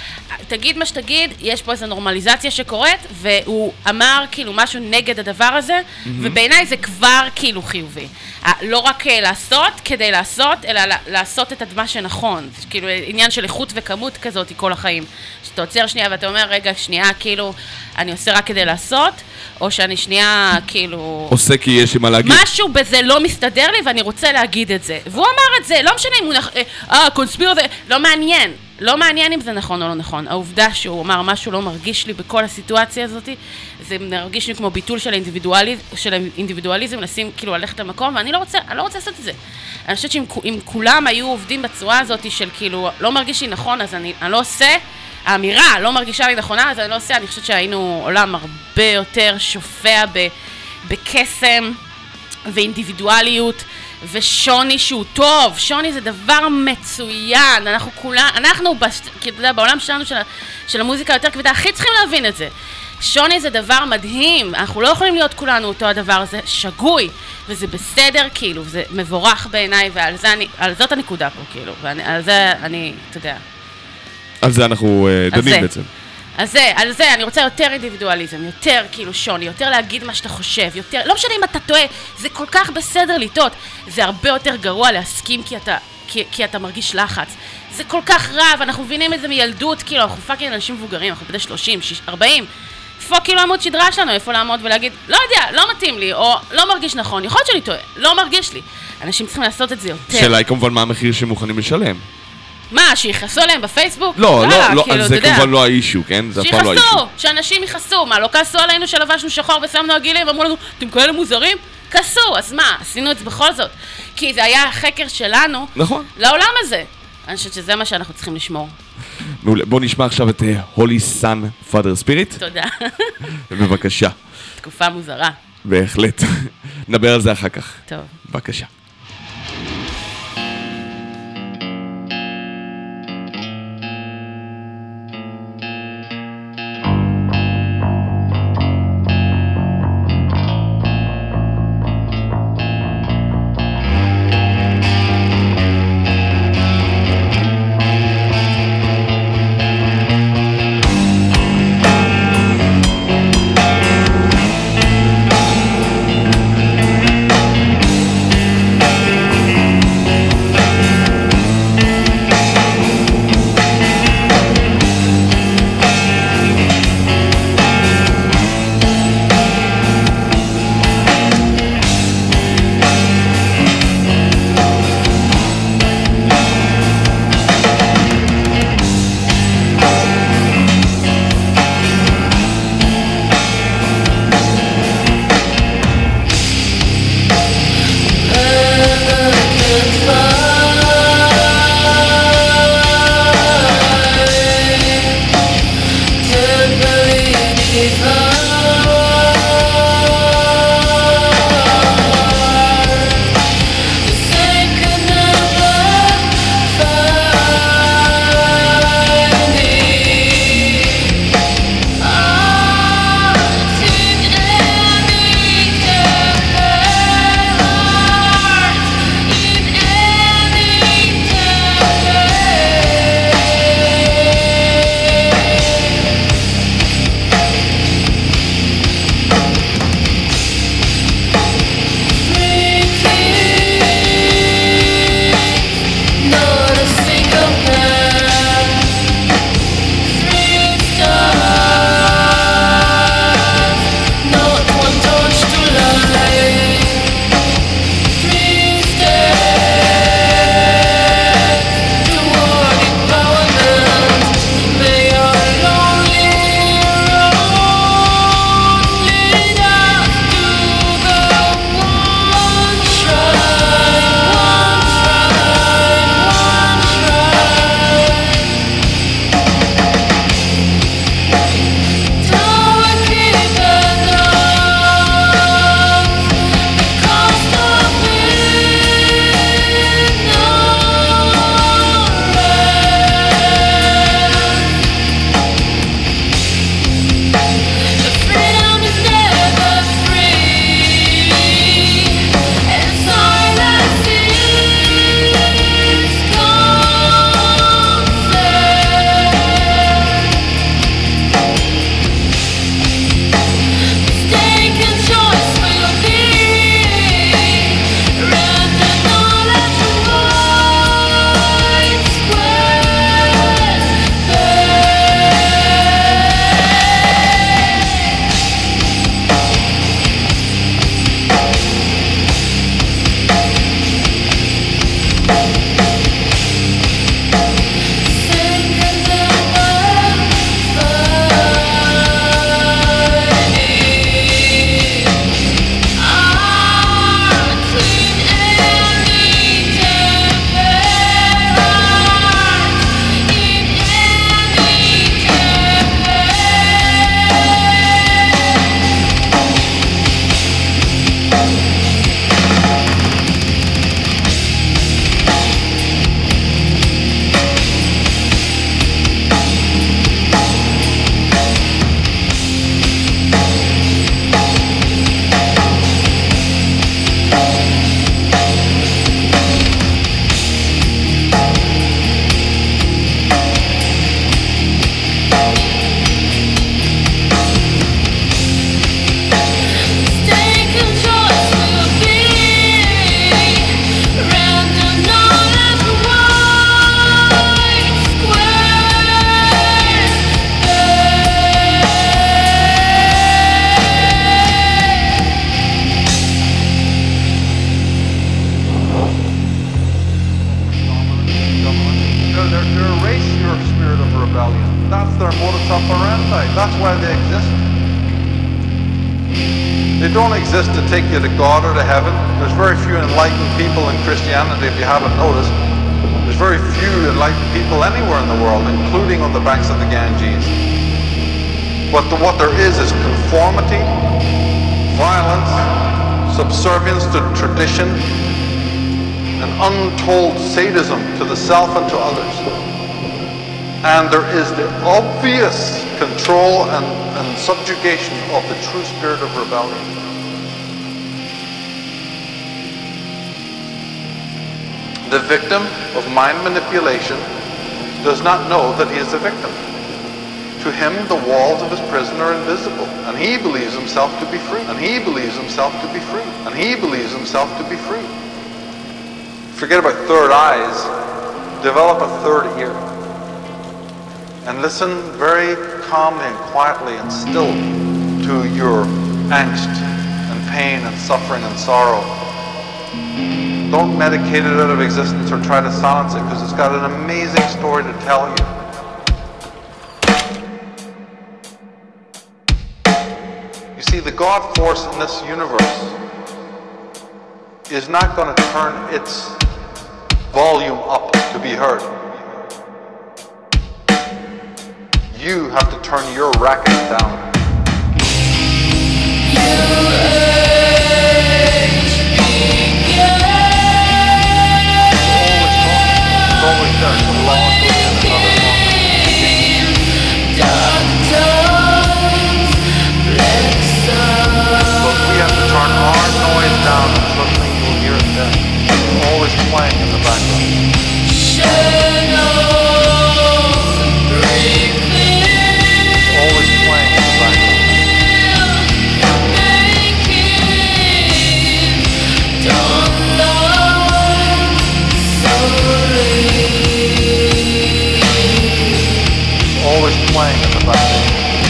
תגיד מה שתגיד, יש פה איזו נורמליזציה שקורית, והוא אמר כאילו משהו נגד הדבר הזה, mm-hmm. ובעיניי זה כבר כאילו חיובי. לא רק לעשות כדי לעשות, אלא לעשות את מה שנכון. כאילו עניין של איכות וכמות כזאת כל החיים. שאתה עוצר שנייה ואתה אומר, רגע, שנייה, כאילו, אני עושה רק כדי לעשות, או שאני שנייה, כאילו... עושה כי יש לי מה להגיד. משהו בזה לא מסתדר לי ואני רוצה להגיד את זה. והוא אמר את זה, לא משנה אם הוא נח... אה, קונספיר זה... לא מעניין. לא מעניין אם זה נכון או לא נכון. העובדה שהוא אמר משהו לא מרגיש לי בכל הסיטואציה הזאת, זה מרגיש לי כמו ביטול של האינדיבידואליזם, של האינדיבידואליזם, לשים, כאילו, ללכת למקום, ואני לא רוצה, אני לא רוצה לעשות את זה. אני חושבת שאם כולם היו עובדים בצורה הזאת של כאילו, לא מרגיש לי נכון, אז אני, אני לא עושה, האמירה לא מרגישה לי נכונה, אז אני לא עושה, אני חושבת שהיינו עולם הרבה יותר שופע ב, בקסם ואינדיבידואליות, ושוני שהוא טוב, שוני זה דבר מצוין, אנחנו כולם, אנחנו, כי אתה יודע, בעולם שלנו של, של המוזיקה יותר כבדה, הכי צריכים להבין את זה. שוני זה דבר מדהים, אנחנו לא יכולים להיות כולנו אותו הדבר הזה, שגוי, וזה בסדר, כאילו, זה מבורך בעיניי, ועל זה אני, על זאת הנקודה פה, כאילו, ועל זה אני, אתה יודע. על זה אנחנו uh, דנים בעצם. אז זה, על זה, אני רוצה יותר אינדיבידואליזם, יותר כאילו שוני, יותר להגיד מה שאתה חושב, יותר, לא משנה אם אתה טועה, זה כל כך בסדר לטעות, זה הרבה יותר גרוע להסכים כי אתה, כי, כי אתה מרגיש לחץ. זה כל כך רע, ואנחנו מבינים את זה מילדות, כאילו, אנחנו פאקינג אנשים מבוגרים, אנחנו בדי שלושים, ארבעים, איפה כאילו עמוד שדרה שלנו, איפה לעמוד ולהגיד, לא יודע, לא מתאים לי, או לא מרגיש נכון, יכול להיות שאני טועה, לא מרגיש לי. אנשים צריכים לעשות את זה יותר. שאלה היא כמובן מה המחיר שהם מוכנים לשלם. מה, שיחסו עליהם בפייסבוק? לא, לא, לא, זה כמובן לא האישו, כן? זה אף פעם לא האישו. שיחסו, שאנשים יחסו, מה, לא כעסו עלינו שלבשנו שחור ושמנו עגילים ואמרו לנו, אתם כאלה מוזרים? כעסו, אז מה, עשינו את זה בכל זאת. כי זה היה החקר שלנו לעולם הזה. אני חושבת שזה מה שאנחנו צריכים לשמור. בואו נשמע עכשיו את Holy Sun Father Spirit. תודה. בבקשה. תקופה מוזרה. בהחלט. נדבר על זה אחר כך. טוב. בבקשה. don't exist to take you to God or to heaven. There's very few enlightened people in Christianity, if you haven't noticed. There's very few enlightened people anywhere in the world, including on the banks of the Ganges. But the, what there is is conformity, violence, subservience to tradition, an untold sadism to the self and to others. And there is the obvious control and, and subjugation of the true spirit of rebellion. The victim of mind manipulation does not know that he is a victim. To him, the walls of his prison are invisible, and he believes himself to be free, and he believes himself to be free, and he believes himself to be free. Forget about third eyes, develop a third ear, and listen very calmly and quietly and still to your angst and pain and suffering and sorrow. Don't medicate it out of existence or try to silence it, because it's got an amazing story to tell you. You see, the God force in this universe is not going to turn its volume up to be heard. You have to turn your racket down. Always there, so long as in another but we have to turn our noise down, and suddenly you'll hear it there. Always playing in the background. Always playing in the background. Always playing in the background.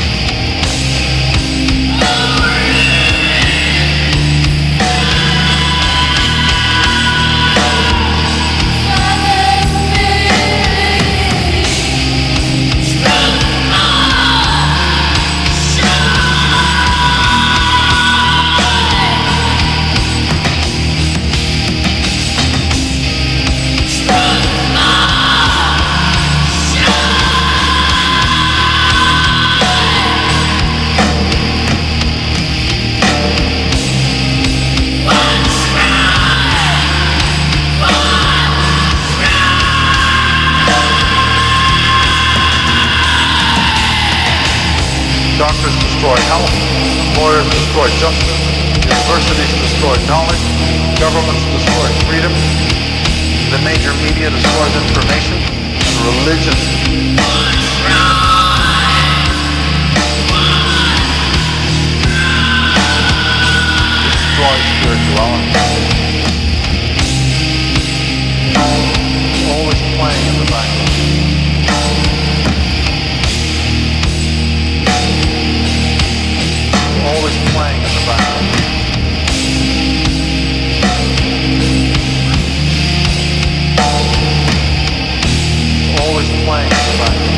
Doctors destroy health, lawyers destroy justice, universities destroy knowledge, governments destroy freedom, the major media destroys information, and religion destroys spirituality. Always playing in the background. Always playing in the background. Always playing in the background.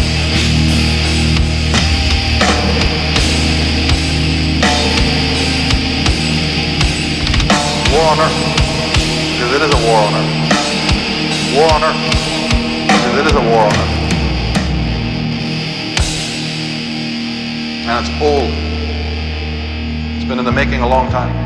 War on Earth, because it is a war on Earth. War on Earth, because it is a war on Earth. And it's old. Been in the making a long time.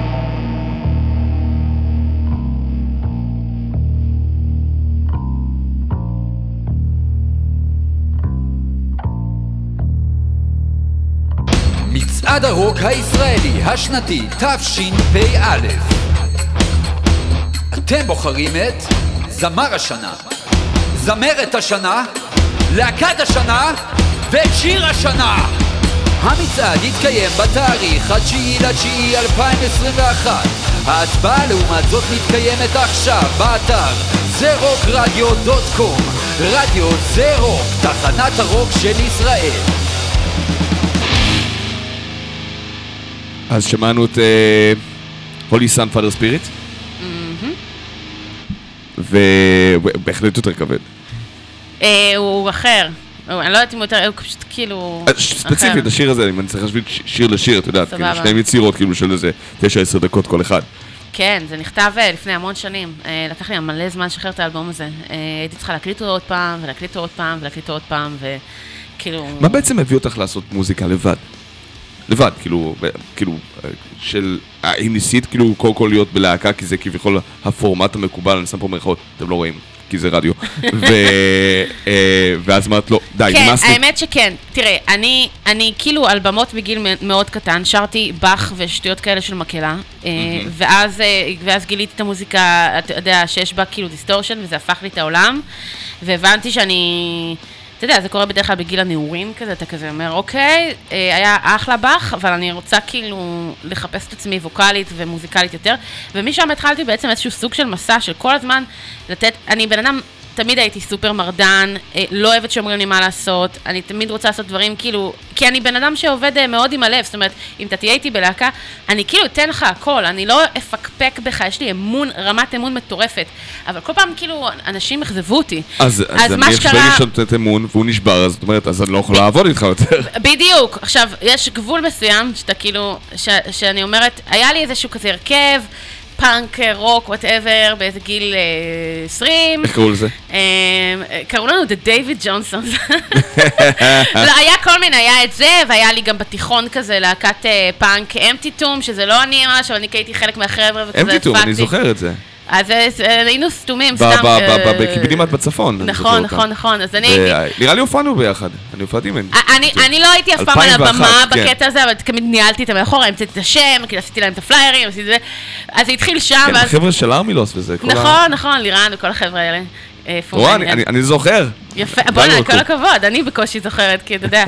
מצעד הרוק הישראלי השנתי תשפ"א. אתם בוחרים את זמר השנה, זמרת השנה, להקת השנה ושיר השנה. המצעד יתקיים בתאריך התשיעי לתשיעי אלפיים עשרים ואחת. ההצבעה לעומת זאת מתקיימת עכשיו באתר זה רוק רדיו דוט קום. רדיו זה רוק, תחנת הרוק של ישראל. אז שמענו את Holy Son Father Spirit, ובהחלט יותר כבד. הוא אחר. אני לא יודעת אם הוא יותר, הוא פשוט כאילו... ספציפית, השיר הזה, אם אני צריך להשוויל שיר לשיר, אתה יודעת, כאילו שני יצירות כאילו של איזה תשע עשר דקות כל אחד. כן, זה נכתב לפני המון שנים. לקח לי מלא זמן לשחרר את האלבום הזה. הייתי צריכה להקליט אותו עוד פעם, ולהקליט אותו עוד פעם, ולהקליט אותו עוד פעם, וכאילו... מה בעצם הביא אותך לעשות מוזיקה לבד? לבד, כאילו, כאילו, של... אם ניסית כאילו כל כל להיות בלהקה, כי זה כביכול הפורמט המקובל, אני שם פה מרחאות, אתם לא רואים, כי זה רדיו. ואז אמרת, לא, די, נמאסתי. כן, האמת שכן. תראה, אני, אני כאילו על במות בגיל מאוד קטן, שרתי באך ושטויות כאלה של מקהלה, ואז, ואז גיליתי את המוזיקה, אתה יודע, שיש בה כאילו דיסטורשן, וזה הפך לי את העולם, והבנתי שאני... אתה יודע, זה קורה בדרך כלל בגיל הנעורים כזה, אתה כזה אומר, אוקיי, היה אחלה באך, אבל אני רוצה כאילו לחפש את עצמי ווקלית ומוזיקלית יותר, ומשם התחלתי בעצם איזשהו סוג של מסע של כל הזמן לתת, אני בן אדם, תמיד הייתי סופר מרדן, לא אוהבת שאומרים לי מה לעשות, אני תמיד רוצה לעשות דברים כאילו, כי אני בן אדם שעובד מאוד עם הלב, זאת אומרת, אם אתה תהיה איתי בלהקה, אני כאילו אתן לך הכל, אני לא אפקפק בך, יש לי אמון, רמת אמון מטורפת, אבל כל פעם כאילו אנשים יחזבו אותי. אז, אז, אז מה שקרה... אז אני נותנת אמון והוא נשבר, אז זאת אומרת, אז אני לא יכולה לעבוד איתך יותר. בדיוק, עכשיו, יש גבול מסוים שאתה כאילו, ש, שאני אומרת, היה לי איזשהו כזה הרכב, פאנק, רוק, whatever, באיזה גיל עשרים. איך קראו לזה? קראו לנו The David Johnsons. לא, היה כל מיני, היה את זה, והיה לי גם בתיכון כזה להקת פאנק אמפטיטום, שזה לא אני ממש, אבל אני הייתי חלק מהחבר'ה וכזה הפקתי. אמפטיטום, אני זוכר את זה. אז היינו סתומים, סתם... בקיבודים את בצפון. נכון, נכון, נכון, אז אני הייתי... נראה לי הופענו ביחד, אני הופעתי ממני. אני לא הייתי אף פעם על הבמה בקטע הזה, אבל תמיד ניהלתי אותם מאחורה, המצאתי את השם, כאילו עשיתי להם את הפליירים, עשיתי את זה, אז זה התחיל שם, כן, החבר'ה של ארמילוס וזה. נכון, נכון, לירן וכל החבר'ה האלה. אני זוכר. יפה, בוא'נה, כל הכבוד, אני בקושי זוכרת, כי אתה יודע.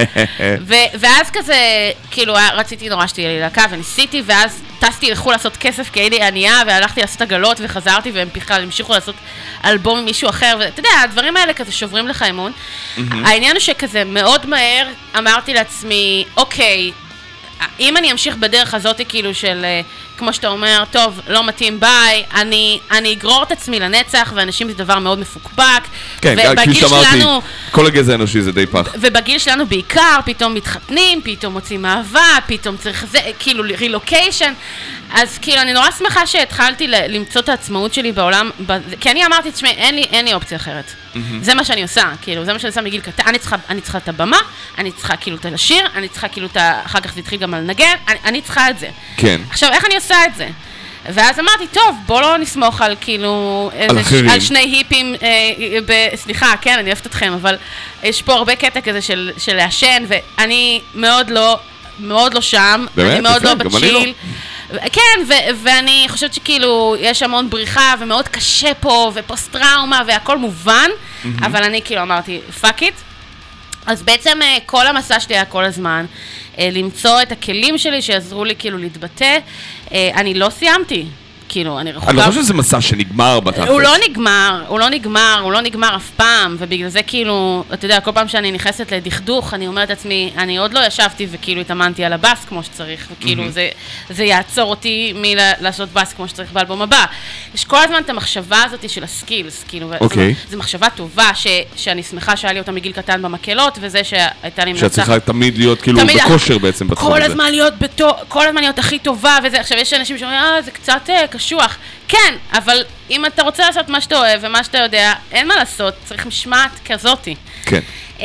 ואז כזה, כאילו, רציתי נורא שתהיה לי להקה, וניסיתי, ואז טסתי לחו"ל לעשות כסף, כי הייתי ענייה, והלכתי לעשות עגלות, וחזרתי, והם בכלל המשיכו לעשות אלבום עם מישהו אחר, ואתה יודע, הדברים האלה כזה שוברים לך אמון. העניין הוא שכזה, מאוד מהר אמרתי לעצמי, אוקיי, אם אני אמשיך בדרך הזאת, כאילו של, כמו שאתה אומר, טוב, לא מתאים, ביי, אני, אני אגרור את עצמי לנצח, ואנשים זה דבר מאוד מפוקפק. כן, כפי שאמרתי, כל הגזע האנושי זה די פח. ובגיל שלנו בעיקר, פתאום מתחתנים, פתאום מוצאים אהבה, פתאום צריך זה, כאילו, רילוקיישן. אז כאילו, אני נורא שמחה שהתחלתי למצוא את העצמאות שלי בעולם, כי אני אמרתי, תשמע, אין לי, אין לי אופציה אחרת. זה מה שאני עושה, כאילו, זה מה שאני עושה מגיל קטן, אני צריכה, אני צריכה את הבמה, אני צריכה כאילו את השיר, אני צריכה כאילו את ה... אחר כך זה התחיל גם על נגן, אני, אני צריכה את זה. כן. עכשיו, איך אני עושה את זה? ואז אמרתי, טוב, בוא לא נסמוך על כאילו, על אחרים. על שני היפים, אה, ב... סליחה, כן, אני אוהבת אתכם, אבל יש פה הרבה קטע כזה של, של לעשן, ואני מאוד לא, מאוד לא שם, באמת? אני מאוד יפה, לא גם אני לא. בצ'יל. כן, ו- ואני חושבת שכאילו יש המון בריחה ומאוד קשה פה ופוסט טראומה והכל מובן, mm-hmm. אבל אני כאילו אמרתי, fuck it. אז בעצם כל המסע שלי היה כל הזמן, למצוא את הכלים שלי שיעזרו לי כאילו להתבטא. אני לא סיימתי. כאילו, אני רחוקה... אני לא חושב שזה מסע שנגמר בתכלס. הוא לא נגמר, הוא לא נגמר, הוא לא נגמר אף פעם, ובגלל זה כאילו, אתה יודע, כל פעם שאני נכנסת לדכדוך, אני אומרת לעצמי, אני עוד לא ישבתי וכאילו התאמנתי על הבאס כמו שצריך, וכאילו זה, זה יעצור אותי מלעשות באס כמו שצריך באלבום הבא. יש כל הזמן את המחשבה הזאת של הסקילס, כאילו, אוקיי. זו מחשבה טובה ש, שאני שמחה שהיה לי אותה מגיל קטן במקהלות, וזה שהייתה לי מנצח. שאת צריכה תמיד להיות כאילו בכושר בעצם בתחום הזה. כל הזמן להיות כל הזמן להיות הכי טובה וזה. עכשיו יש אנשים שאומרים, אה, זה קצת קשוח. כן, אבל אם אתה רוצה לעשות מה שאתה אוהב ומה שאתה יודע, אין מה לעשות, צריך משמעת כזאתי. כן.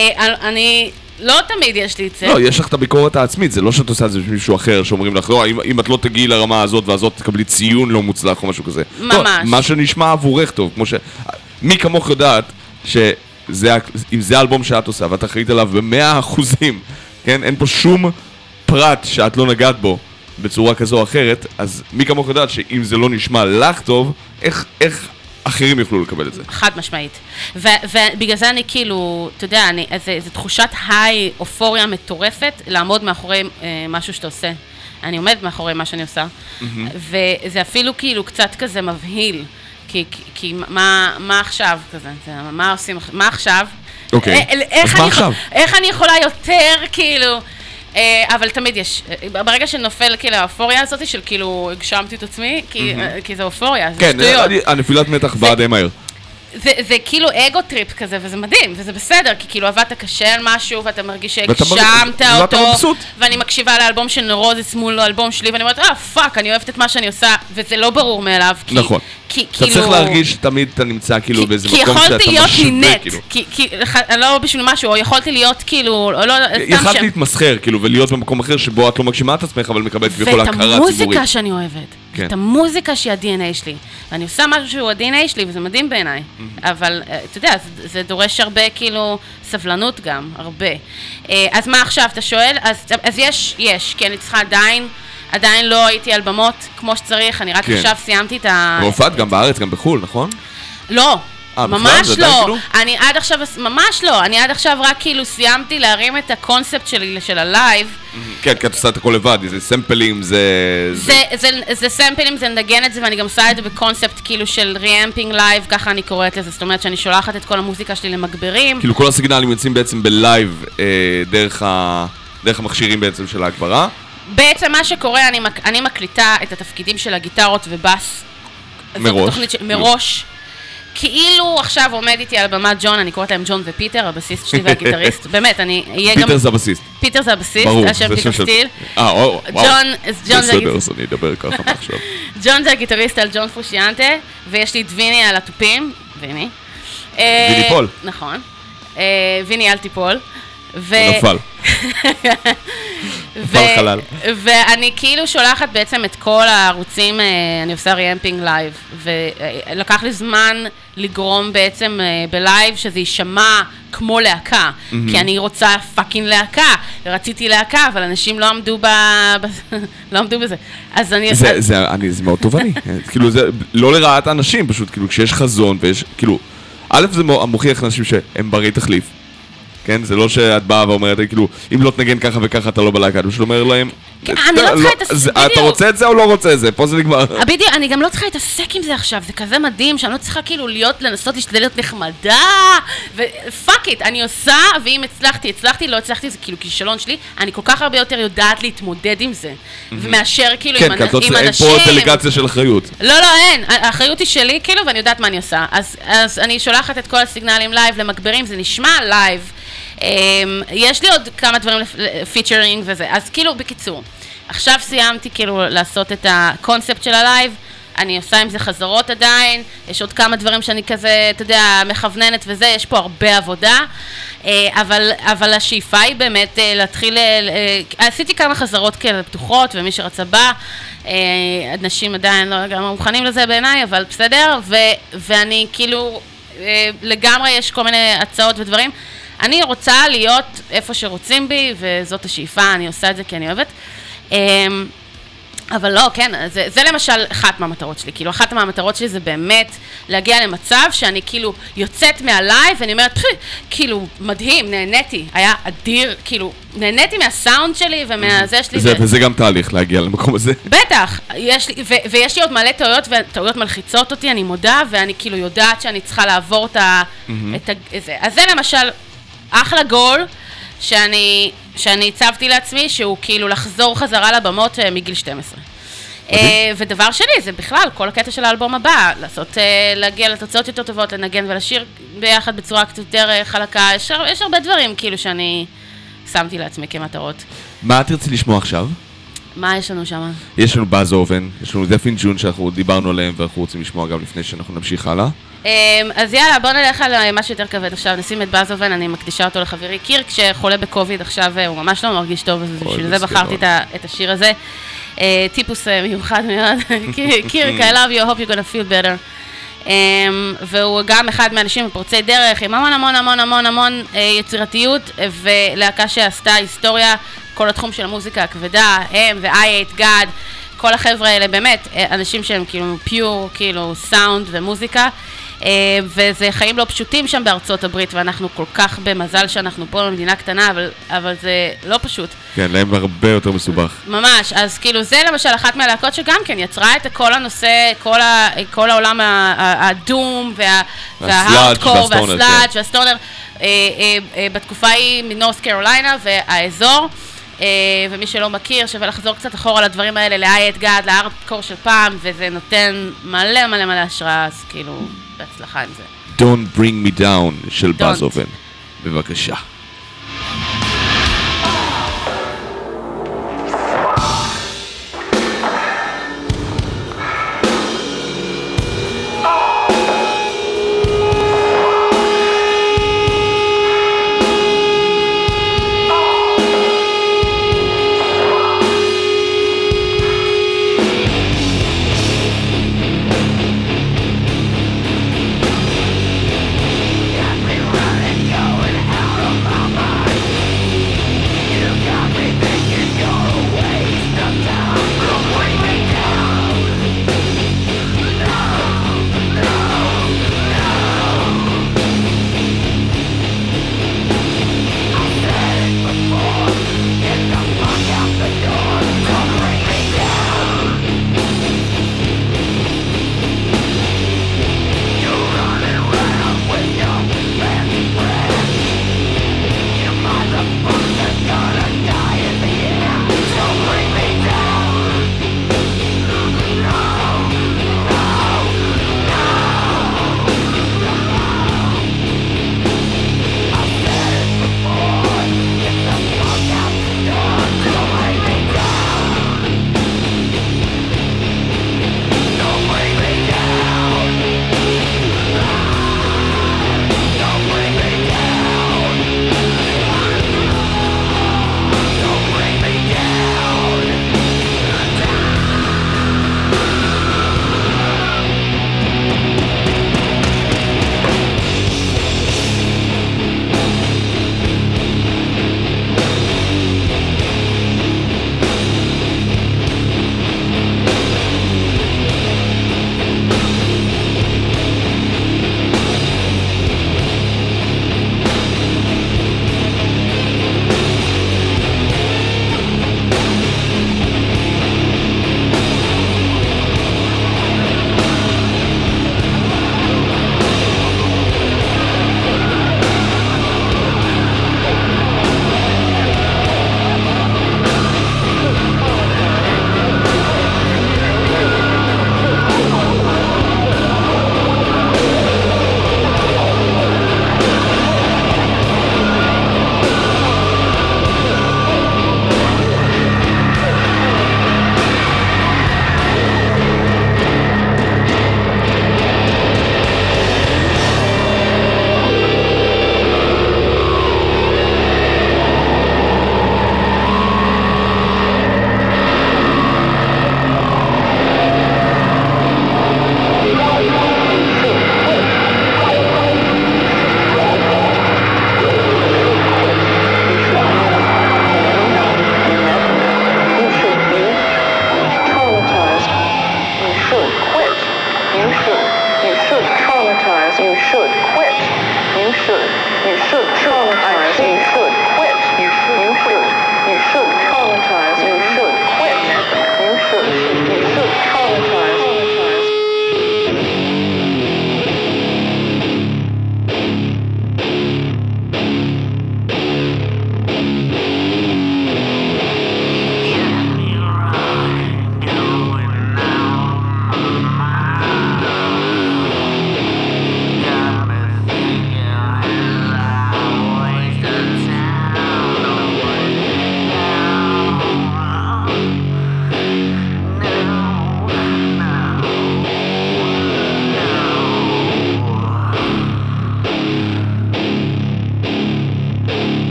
אני, לא תמיד יש לי את זה. לא, יש לך את הביקורת העצמית, זה לא שאת עושה את זה במישהו אחר, שאומרים לך, לא, אם, אם את לא תגיעי לרמה הזאת והזאת, תקבלי ציון לא מוצלח או משהו כזה. ממש. לא, מה שנשמע עבורך טוב, כמו ש... מי כמוך יודעת שזה, אם זה האלבום שאת עושה, ואת אחראית עליו במאה אחוזים, כן? אין פה שום פרט שאת לא נגעת בו. בצורה כזו או אחרת, אז מי כמוך יודעת שאם זה לא נשמע לך טוב, איך, איך אחרים יוכלו לקבל את זה? חד משמעית. ו- ובגלל זה אני כאילו, אתה יודע, אני, איזו, איזו תחושת היי, אופוריה מטורפת, לעמוד מאחורי אה, משהו שאתה עושה. אני עומדת מאחורי מה שאני עושה, mm-hmm. וזה אפילו כאילו קצת כזה מבהיל, כי, כי, כי מה, מה עכשיו כזה? זה, מה עושים, מה עכשיו? אוקיי, אה, אז מה עכשיו? איך אני יכולה יותר, כאילו... אבל תמיד יש, ברגע שנופל כאילו האופוריה הזאת של כאילו הגשמתי את עצמי, כי זה אופוריה, זה שטויות. כן, הנפילת מתח באה די מהר. זה, זה כאילו אגו טריפ כזה, וזה מדהים, וזה בסדר, כי כאילו עבדת קשה על משהו, ואתה מרגיש שהגשמת אותו, ואני מקשיבה לאלבום של נורוזיס מול האלבום שלי, ואני אומרת, אה, פאק, אני אוהבת את מה שאני עושה, וזה לא ברור מאליו, כי... נכון. כי, אתה כאילו... צריך להרגיש שתמיד אתה נמצא כאילו כי, באיזה כי מקום שאתה משווה, משווה, כאילו. כי יכולתי להיות נינט, לא בשביל משהו, או יכולתי להיות כאילו, לא, יכולת להתמסחר, כאילו, ולהיות במקום אחר שבו את לא מגשימה את עצמך, אבל מקבלת בכל הכרה ציבורית. ואת המוזיקה שאני אוהבת, כן. את המוזיקה שהיא ה-די אן איי שלי, ואני עושה משהו שהוא ה-די אן איי שלי, וזה מדהים בעיניי, אבל אתה יודע, זה, זה דורש הרבה כאילו סבלנות גם, הרבה. אז מה עכשיו, אתה שואל? אז, אז יש, יש, כי אני צריכה עדיין, עדיין לא הייתי על במות כמו שצריך, אני רק כן. עכשיו סיימתי את ה... והופעת גם בארץ, גם בחול, נכון? לא. 아, ממש בכלל, לא, כאילו? אני עד עכשיו, ממש לא, אני עד עכשיו רק כאילו סיימתי להרים את הקונספט שלי של הלייב. כן, כי את עושה את הכל לבד, זה סמפלים, זה... זה, זה, זה סמפלים, זה נגן את זה, ואני גם עושה את זה בקונספט כאילו של ריאמפינג לייב, ככה אני קוראת לזה, זאת אומרת שאני שולחת את כל המוזיקה שלי למגברים. כאילו כל הסיגנלים יוצאים בעצם בלייב, אה, דרך, ה... דרך המכשירים בעצם של ההגברה. בעצם מה שקורה, אני, מק... אני מקליטה את התפקידים של הגיטרות ובאס. מראש. ש... מראש. כאילו עכשיו עומד איתי על במת ג'ון, אני קוראת להם ג'ון ופיטר, הבסיסט שלי והגיטריסט. באמת, אני אהיה גם... פיטר זה הבסיסט. פיטר זה הבסיסט, ברור, השם פיטר סטיל. אה, וואו. ג'ון, ג'ון זה... בסדר, אז אני אדבר ככה עכשיו. ג'ון זה הגיטריסט על ג'ון פרושיאנטה, ויש לי את ויני על התופים. ויני. ויני פול. נכון. ויני אל תיפול. הוא נפל. נפל חלל. ואני כאילו שולחת בעצם את כל הערוצים, אני עושה ריאמפינג לייב, ולקח לי זמן לגרום בעצם בלייב שזה יישמע כמו להקה, כי אני רוצה פאקינג להקה, ורציתי להקה, אבל אנשים לא עמדו לא עמדו בזה. אז אני... זה מאוד טובעני. כאילו זה לא לרעת האנשים, פשוט כאילו כשיש חזון ויש, כאילו, א' זה מוכיח לאנשים שהם ברי תחליף. כן, זה לא שאת באה ואומרת, כאילו, אם לא תנגן ככה וככה אתה לא בלהקה, אני פשוט אומר להם, אני לא צריכה להתעסק, בדיוק. אתה רוצה את זה או לא רוצה את זה? פה זה נגמר. בדיוק, אני גם לא צריכה להתעסק עם זה עכשיו, זה כזה מדהים, שאני לא צריכה כאילו להיות, לנסות להשתדל להיות נחמדה, ופאק איט, אני עושה, ואם הצלחתי, הצלחתי, לא הצלחתי, זה כאילו כישלון שלי, אני כל כך הרבה יותר יודעת להתמודד עם זה, ומאשר כאילו עם אנשים. כן, כי אין פה דלגציה של אחריות. לא, לא, אין, האחריות היא שלי כאילו, ואני יודעת מה אני עושה. אז אני שולחת את כל הסיגנלים לייב למגברים, זה נשמע לייב. יש לי עוד כמה דברים פיצ'רינג וזה, אז כאילו בקיצור, עכשיו סיימתי כאילו לעשות את הקונספט של הלייב, אני עושה עם זה חזרות עדיין, יש עוד כמה דברים שאני כזה, אתה יודע, מכווננת וזה, יש פה הרבה עבודה, אבל, אבל השאיפה היא באמת להתחיל, עשיתי כמה חזרות כאלה פתוחות, ומי שרצה בא, אנשים עדיין לא גם מוכנים לזה בעיניי, אבל בסדר, ו, ואני כאילו, לגמרי יש כל מיני הצעות ודברים, אני רוצה להיות איפה שרוצים בי, וזאת השאיפה, אני עושה את זה כי אני אוהבת. אבל לא, כן, זה, זה למשל אחת מהמטרות שלי. כאילו, אחת מהמטרות שלי זה באמת להגיע למצב שאני כאילו יוצאת מהלייב, ואני אומרת, כאילו, מדהים, נהניתי, היה אדיר, כאילו, נהניתי מהסאונד שלי ומהזה שלי. זה, ו... וזה גם תהליך להגיע למקום הזה. בטח, יש לי, ו, ויש לי עוד מלא טעויות, וטעויות מלחיצות אותי, אני מודה, ואני כאילו יודעת שאני צריכה לעבור את ה... את ה זה. אז זה למשל... אחלה גול שאני, שאני הצבתי לעצמי, שהוא כאילו לחזור חזרה לבמות מגיל שתים עשרה. ודבר שני, זה בכלל, כל הקטע של האלבום הבא, לעשות, להגיע לתוצאות יותר טובות, לנגן ולשיר ביחד בצורה קצת יותר חלקה. יש, יש הרבה דברים כאילו שאני שמתי לעצמי כמטרות. מה את רצי לשמוע עכשיו? מה יש לנו שם? יש לנו באז אובן, יש לנו דפין ג'ון שאנחנו דיברנו עליהם ואנחנו רוצים לשמוע גם לפני שאנחנו נמשיך הלאה. אז יאללה, בוא נלך על משהו יותר כבד עכשיו, נשים את באז אובן, אני מקדישה אותו לחברי קירק שחולה בקוביד עכשיו, הוא ממש לא מרגיש טוב, אז בשביל זה בחרתי את השיר הזה. טיפוס מיוחד מאוד, קירק, I love you, I hope you're gonna feel better. והוא גם אחד מהאנשים בפורצי דרך, עם המון המון המון המון המון יצירתיות, ולהקה שעשתה היסטוריה, כל התחום של המוזיקה הכבדה, הם ו-I hate God, כל החבר'ה האלה באמת, אנשים שהם כאילו פיור, כאילו סאונד ומוזיקה, וזה חיים לא פשוטים שם בארצות הברית, ואנחנו כל כך במזל שאנחנו פה במדינה קטנה, אבל, אבל זה לא פשוט. כן, להם הרבה יותר מסובך. ממש, אז כאילו זה למשל אחת מהלהקות שגם כן יצרה את כל הנושא, כל, ה, כל העולם הדום, וה, וההארדקור, והסלאג' והסטונר, בתקופה היא מנורס קרוליינה והאזור, ומי שלא מכיר שווה לחזור קצת אחורה לדברים האלה, ל-I hate God, להארדקור של פעם, וזה נותן מלא מלא מלא השראה, אז כאילו, בהצלחה עם זה. Don't Bring Me Down של Don't. באז-אובן. בבקשה. Running, going out of my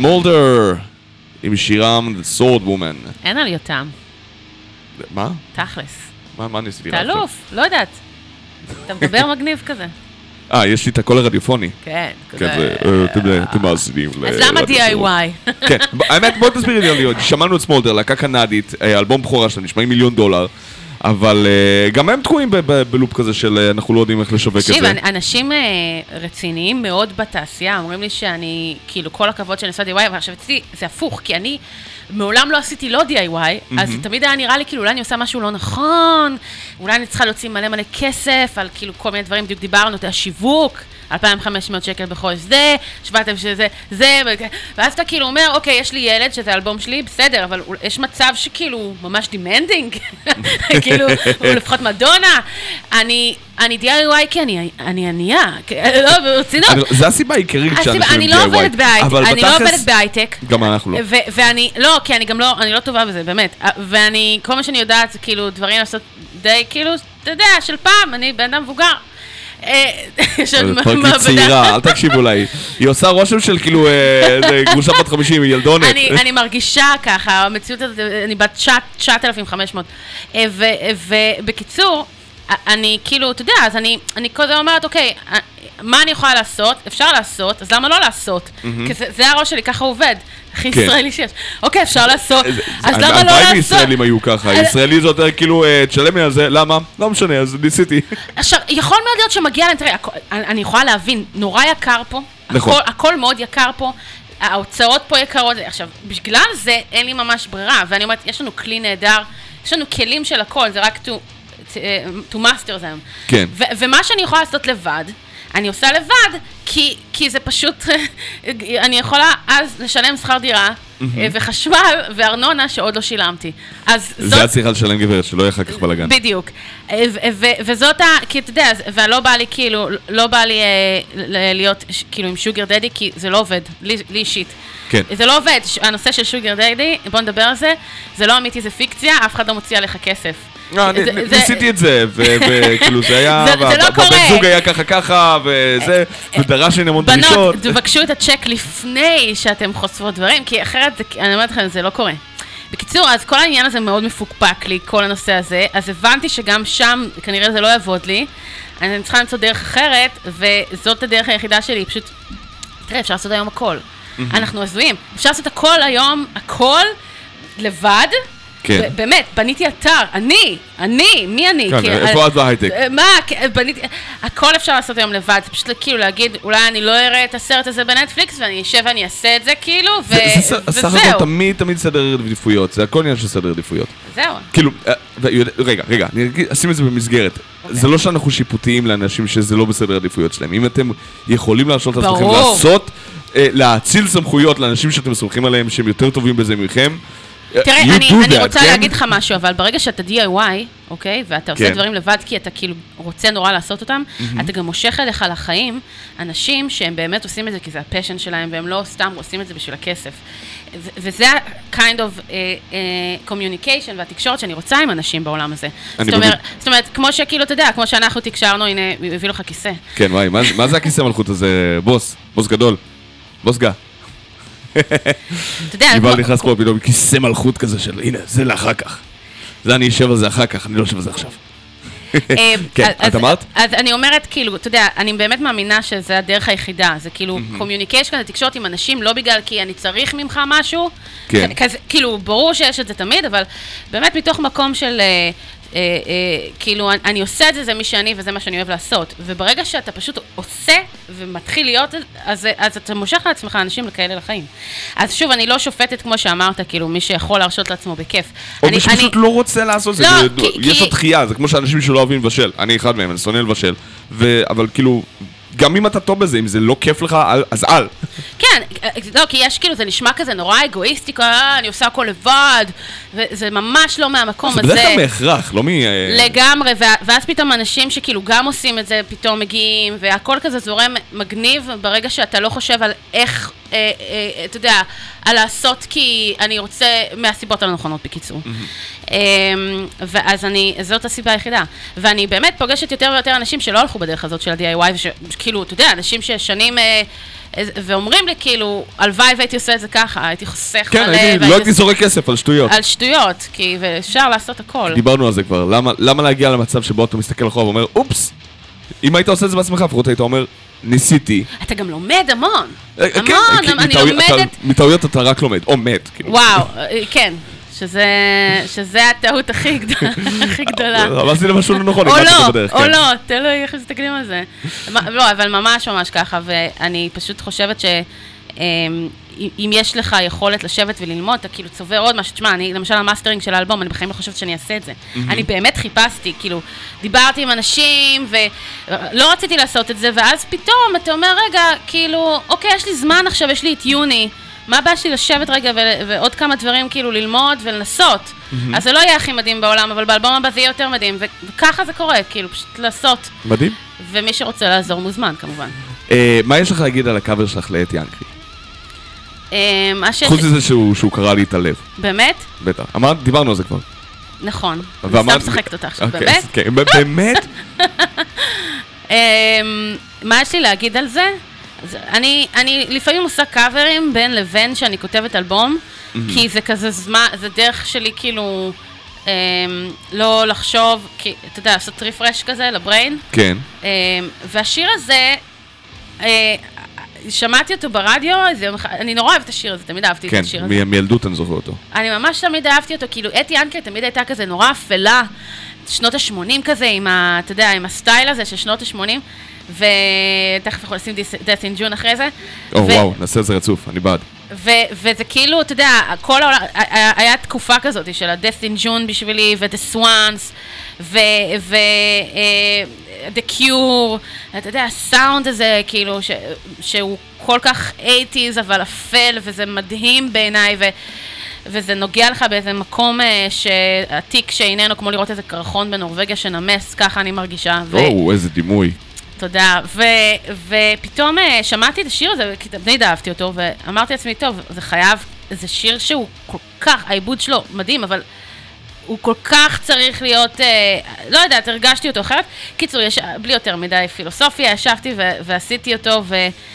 סמולדר, עם שירם The Sword Woman. אין על יותם. מה? תכלס. מה, מה אני עשיתי? אתה אלוף, לא יודעת. אתה מדבר מגניב כזה. אה, יש לי את הקול הרדיופוני. כן, כן, זה, אתם מאזינים. אז למה די איי וואי? כן, האמת, בואו תסבירי לי על שמענו את סמולדר, להקה קנדית, אלבום בכורה שלהם, נשמעים מיליון דולר, אבל גם הם תקועים בלופ כזה של אנחנו לא יודעים איך לשווק את זה. תקשיב, אנשים רציניים מאוד בתעשייה, אומרים לי שאני, כאילו, כל הכבוד שאני עושה די איי וואי, אבל עכשיו אצלי זה הפוך, כי אני מעולם לא עשיתי לא די איי וואי, אז תמיד היה נראה לי, כאילו, אולי אני עושה משהו לא נכון, אולי אני צריכה להוציא מלא מלא כסף, על כאילו כל מיני דברים, בדיוק דיברנו, את השיווק, אלפיים וחמש מאות שקל בחודש זה, שבעתם שזה, זה, ואז אתה כאילו אומר, אוקיי, יש לי ילד שזה אלבום שלי, בסדר, אבל יש מצב שכאילו ממש דימנדינג, כאילו, הוא לפחות מדונה, אני, אני די איי וואי כי אני, אני ענייה, לא, ברצינות. זה הסיבה העיקרית שאנשים אני לא עובדת בהייטק, אני לא עובדת בהייטק. גם אנחנו לא. ואני, לא, כי אני גם לא, אני לא טובה בזה, באמת, ואני, כל מה שאני יודעת זה כאילו דברים לעשות די, כאילו, אתה יודע, של פעם, אני בן אדם מבוגר. פרקית צעירה, אל תקשיבו לה, היא עושה רושם של כאילו גרושה בת חמישים, היא ילדונת. אני מרגישה ככה, המציאות הזאת, אני בת תשעת אלפים וחמש מאות, ובקיצור, אני כאילו, אתה יודע, אז אני קודם אומרת, אוקיי, מה אני יכולה לעשות? אפשר לעשות, אז למה לא לעשות? כי זה הראש שלי, ככה עובד. הכי ישראלי שיש. אוקיי, אפשר לעשות, אז למה לא לעשות? הלוואי מישראלים היו ככה, ישראלי זה יותר כאילו, תשלם לי על זה, למה? לא משנה, אז ניסיתי. עכשיו, יכול מאוד להיות שמגיע להם, תראה, אני יכולה להבין, נורא יקר פה, הכל מאוד יקר פה, ההוצאות פה יקרות, עכשיו, בגלל זה אין לי ממש ברירה, ואני אומרת, יש לנו כלי נהדר, יש לנו כלים של הכל, זה רק to master them. כן. ומה שאני יכולה לעשות לבד, אני עושה לבד, כי, כי זה פשוט, אני יכולה אז לשלם שכר דירה, וחשמל וארנונה שעוד לא שילמתי. אז זאת... זה את צריכה לשלם גברת, שלא יהיה אחר כך בלגן. בדיוק. וזאת ה... כי אתה יודע, ולא בא לי כאילו, לא בא לי להיות כאילו עם שוגר דדי, כי זה לא עובד, לי אישית. כן. זה לא עובד, הנושא של שוגר דדי, בוא נדבר על זה, זה לא אמיתי, זה פיקציה, אף אחד לא מוציא עליך כסף. ניסיתי את זה, וכאילו זה היה, והבן זוג היה ככה ככה, וזה, ודרש לי המון דרישות. בנות, תבקשו את הצ'ק לפני שאתם חושפות דברים, כי אחרת, אני אומרת לכם, זה לא קורה. בקיצור, אז כל העניין הזה מאוד מפוקפק לי, כל הנושא הזה, אז הבנתי שגם שם, כנראה זה לא יעבוד לי, אני צריכה למצוא דרך אחרת, וזאת הדרך היחידה שלי, פשוט, תראה, אפשר לעשות היום הכל. אנחנו עזויים, אפשר לעשות הכל היום, הכל, לבד, כן. באמת, בניתי אתר, אני, אני, מי אני? כן, איפה את בהייטק? מה, בניתי, הכל אפשר לעשות היום לבד, זה פשוט כאילו להגיד, אולי אני לא אראה את הסרט הזה בנטפליקס, ואני אשב ואני אעשה את זה כאילו, וזהו. סך הכל תמיד, תמיד סדר עדיפויות, זה הכל עניין של סדר עדיפויות. זהו. כאילו, רגע, רגע, אני אשים את זה במסגרת. זה לא שאנחנו שיפוטיים לאנשים שזה לא בסדר עדיפויות שלהם. אם אתם יכולים להרשות את עצמכם לעשות, להציל סמכויות לאנשים שאתם סומכים עליהם, שהם יותר טובים בזה מכם, תראה, אני, אני רוצה כן? להגיד לך משהו, אבל ברגע שאתה די איי וואי, אוקיי, ואתה עושה כן. דברים לבד כי אתה כאילו רוצה נורא לעשות אותם, mm-hmm. אתה גם מושך אליך לחיים אנשים שהם באמת עושים את זה כי זה הפשן שלהם, והם לא סתם עושים את זה בשביל הכסף. ו- וזה ה-kind of uh, uh, communication והתקשורת שאני רוצה עם אנשים בעולם הזה. זאת אומרת, זאת אומרת, כמו שכאילו, אתה יודע, כמו שאנחנו תקשרנו, הנה, הביא לך כיסא. כן, וואי, מה, מה זה הכיסא מלכות הזה? בוס, בוס גדול, בוס גא. קיבל נכנס פה פתאום כיסא מלכות כזה של הנה, זה לאחר כך. זה אני אשב על זה אחר כך, אני לא אשב על זה עכשיו. כן, את אמרת? אז אני אומרת כאילו, אתה יודע, אני באמת מאמינה שזה הדרך היחידה, זה כאילו קומיוניקיישן, זה תקשורת עם אנשים, לא בגלל כי אני צריך ממך משהו, כאילו ברור שיש את זה תמיד, אבל באמת מתוך מקום של אה, אה, כאילו, אני עושה את זה, זה מי שאני וזה מה שאני אוהב לעשות. וברגע שאתה פשוט עושה ומתחיל להיות, אז, אז אתה מושך לעצמך אנשים לכאלה לחיים. אז שוב, אני לא שופטת כמו שאמרת, כאילו, מי שיכול להרשות לעצמו בכיף. או אני, מי שפשוט אני... לא רוצה לעשות לא, זה, כי, יש לו כי... דחייה, זה כמו שאנשים שלא אוהבים לבשל. אני אחד מהם, אני שונא לבשל. ו... אבל כאילו... גם אם אתה טוב בזה, אם זה לא כיף לך, אז אל. כן, לא, כי יש כאילו, זה נשמע כזה נורא אגואיסטי, אני עושה הכל לבד, וזה ממש לא מהמקום הזה. זה בדרך כלל מהכרח, לא מ... לגמרי, ואז פתאום אנשים שכאילו גם עושים את זה, פתאום מגיעים, והכל כזה זורם מגניב, ברגע שאתה לא חושב על איך, אה, אה, אתה יודע, על לעשות כי אני רוצה, מהסיבות הלא נכונות בקיצור. אה, ואז אני, זאת הסיבה היחידה. ואני באמת פוגשת יותר ויותר אנשים שלא הלכו בדרך הזאת של ה-די איי וואי, וכאילו, אתה יודע, אנשים ששנים... אה, ואומרים לי כאילו, הלוואי והייתי עושה את זה ככה, הייתי חוסך כן, מלא. כן, לא הייתי זורק כסף על שטויות. על שטויות, כי אפשר לעשות הכל. דיברנו על זה כבר, למה, למה להגיע למצב שבו אתה מסתכל אחורה ואומר, אופס, אם היית עושה את זה בעצמך, לפחות היית אומר, ניסיתי. אתה גם לומד המון. אה, המון, כן, אני מטעויות- לומדת... אתה- מטעויות אתה רק לומד, או מת. כאילו. וואו, כן. שזה, שזה הטעות הכי גדולה, הכי גדולה. אבל עשית משהו לא נכון, או הגעת לא, בדרך, או כן. לא, תלוי איך מסתכלים על זה. מה- לא, אבל ממש ממש ככה, ואני פשוט חושבת ש... אמ, אם יש לך יכולת לשבת וללמוד, אתה כאילו צובר עוד משהו. תשמע, אני, למשל המאסטרינג של האלבום, אני בחיים לא חושבת שאני אעשה את זה. אני באמת חיפשתי, כאילו, דיברתי עם אנשים, ולא רציתי לעשות את זה, ואז פתאום אתה אומר, רגע, כאילו, אוקיי, יש לי זמן עכשיו, יש לי את יוני, מה הבעיה שלי לשבת רגע ו- ועוד כמה דברים כאילו ללמוד ולנסות? אז זה לא יהיה הכי מדהים בעולם, אבל באלבום הבא זה יהיה יותר מדהים, ו- וככה זה קורה, כאילו, פשוט לעשות. מדהים. ומי שרוצה לעזור מוזמן, כמובן. אה, מה יש לך להגיד על הקאבר שלך לאת ינקרי? אה, מה ש... חוץ מזה שהוא שהוא קרא לי את הלב, באמת? בטח. אמרת, דיברנו על זה כבר. נכון. אני ואמרת- סתם משחקת אותה עכשיו, אוקיי, באמת? אז כן, באמת? אמ, מה יש לי להגיד על זה? אז אני, אני לפעמים עושה קאברים בין לבין שאני כותבת אלבום, כי זה כזה זמן, זה דרך שלי כאילו אמ, לא לחשוב, כי אתה יודע, לעשות רפרש כזה לבריין. כן. אמ, והשיר הזה, אה, שמעתי אותו ברדיו, זה יום אחד- אני נורא אוהבת את השיר הזה, תמיד אהבתי כן, את השיר הזה. מ- מילדות אני זוכר אותו. אני ממש תמיד אהבתי אותו, כאילו אתי ינקרי תמיד הייתה כזה נורא אפלה, שנות ה-שמונים כזה, עם ה, אתה יודע, עם הסטייל הזה של שנות ה-שמונים, ותכף אנחנו נשים Death in June אחרי זה. או ו- וואו, נעשה את זה רצוף, אני בעד. ו- וזה כאילו, אתה יודע, כל העולם, היה היה תקופה כזאת של ה-Death in June בשבילי, ו-The Swans, ו- ו- אה, The Cure, אתה יודע, הסאונד הזה, כאילו, ש- שהוא כל כך אייטיז, אבל אפל, וזה מדהים בעיניי, ו- וזה נוגע לך באיזה מקום אה, שעתיק שאיננו, כמו לראות איזה קרחון בנורווגיה שנמס, ככה אני מרגישה. ו- או, איזה דימוי. תודה. ו- ופתאום אה, שמעתי את השיר הזה, כי תמיד אהבתי אותו, ואמרתי לעצמי, טוב, זה חייב, זה שיר שהוא כל כך, העיבוד שלו מדהים, אבל הוא כל כך צריך להיות, אה, לא יודעת, הרגשתי אותו אחרת. קיצור, יש, בלי יותר מדי פילוסופיה, ישבתי ו- ועשיתי אותו,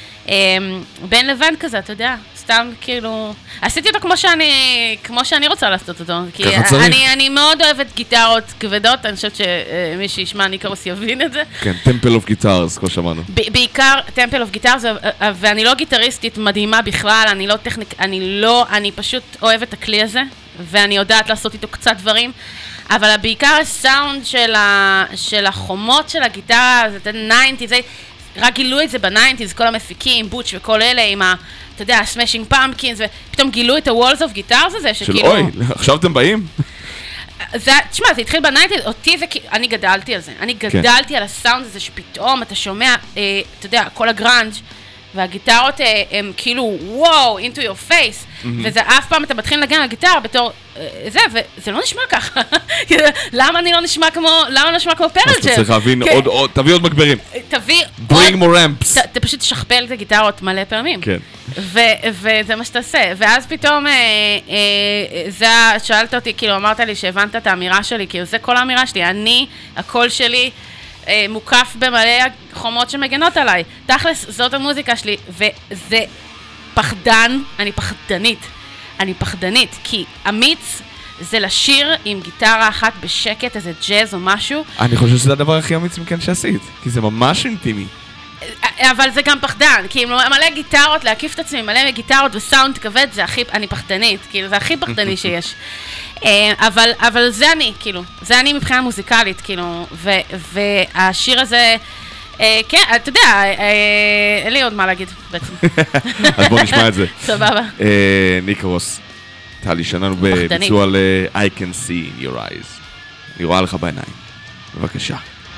ובין לבין כזה, אתה יודע, סתם כאילו, עשיתי אותו כמו שאני, כמו שאני רוצה לעשות אותו. כי ככה צריך. אני, אני מאוד אוהבת גיטרות כבדות, אני חושבת שמי שישמע ניקרוס יבין את זה. כן, טמפל אוף גיטרס, כמו שמענו. ב- בעיקר טמפל אוף גיטרס, ואני לא גיטריסטית מדהימה בכלל, אני לא טכניק, אני לא, אני פשוט אוהבת את הכלי הזה, ואני יודעת לעשות איתו קצת דברים, אבל בעיקר הסאונד של, ה, של החומות של הגיטרה, זה ניינטיז, רק גילו את זה בניינטיז, כל המפיקים, בוטש וכל אלה, עם ה, אתה יודע, סמאשינג פאמפקינס, ופתאום גילו את ה-Walls of Guitars הזה, של שכאילו... אוי, עכשיו אתם באים? זה, תשמע, זה התחיל בניינטיז, אותי זה כאילו, אני גדלתי על זה, אני גדלתי על הסאונד הזה שפתאום אתה שומע, אה, אתה יודע, כל הגראנג' והגיטרות אה, הם כאילו, וואו, into your face, וזה אף פעם אתה מתחיל לנגן על גיטרה בתור, אה, זה, וזה לא נשמע ככה. למה אני לא נשמע כמו, למה לא נשמע כמו אז פרלג'ר? אתה צריך להבין כן. עוד, עוד, תביא עוד מגברים. תביא Bring עוד, more amps. ת- אתה פשוט תשכפל את הגיטרות מלא פעמים. כן. ו- וזה מה שתעשה. ואז פתאום, אה, אה, זה, ה- שאלת אותי, כאילו, אמרת לי שהבנת את האמירה שלי, כאילו, זה כל האמירה שלי. אני, הקול שלי, אה, מוקף במלא חומות שמגנות עליי. תכלס, זאת המוזיקה שלי, וזה פחדן, אני פחדנית. אני פחדנית, כי אמיץ זה לשיר עם גיטרה אחת בשקט, איזה ג'אז או משהו, אני חושב שזה הדבר הכי אמיץ מכן שעשית, כי זה ממש אינטימי. אבל זה גם פחדן, כי עם מלא גיטרות, להקיף את עצמי, מלא גיטרות וסאונד כבד, זה הכי, אני פחדנית, כאילו, זה הכי פחדני שיש. אה, אבל, אבל זה אני, כאילו, זה אני מבחינה מוזיקלית, כאילו, ו, והשיר הזה, אה, כן, אתה יודע, אה, אין לי עוד מה להגיד, בעצם. אז בוא נשמע את זה. סבבה. אה, ניקרוס, טלי, שננו פחדנית. בביצוע ל-I can see in your eyes. אני רואה לך בעיניים. בבקשה.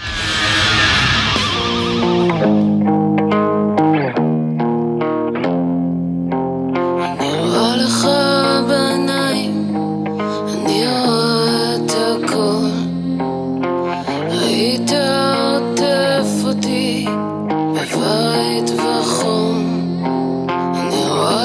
רואה לך בעיניים, אני רואה את הכל. היית עוטף אותי בבית וחום. אני רואה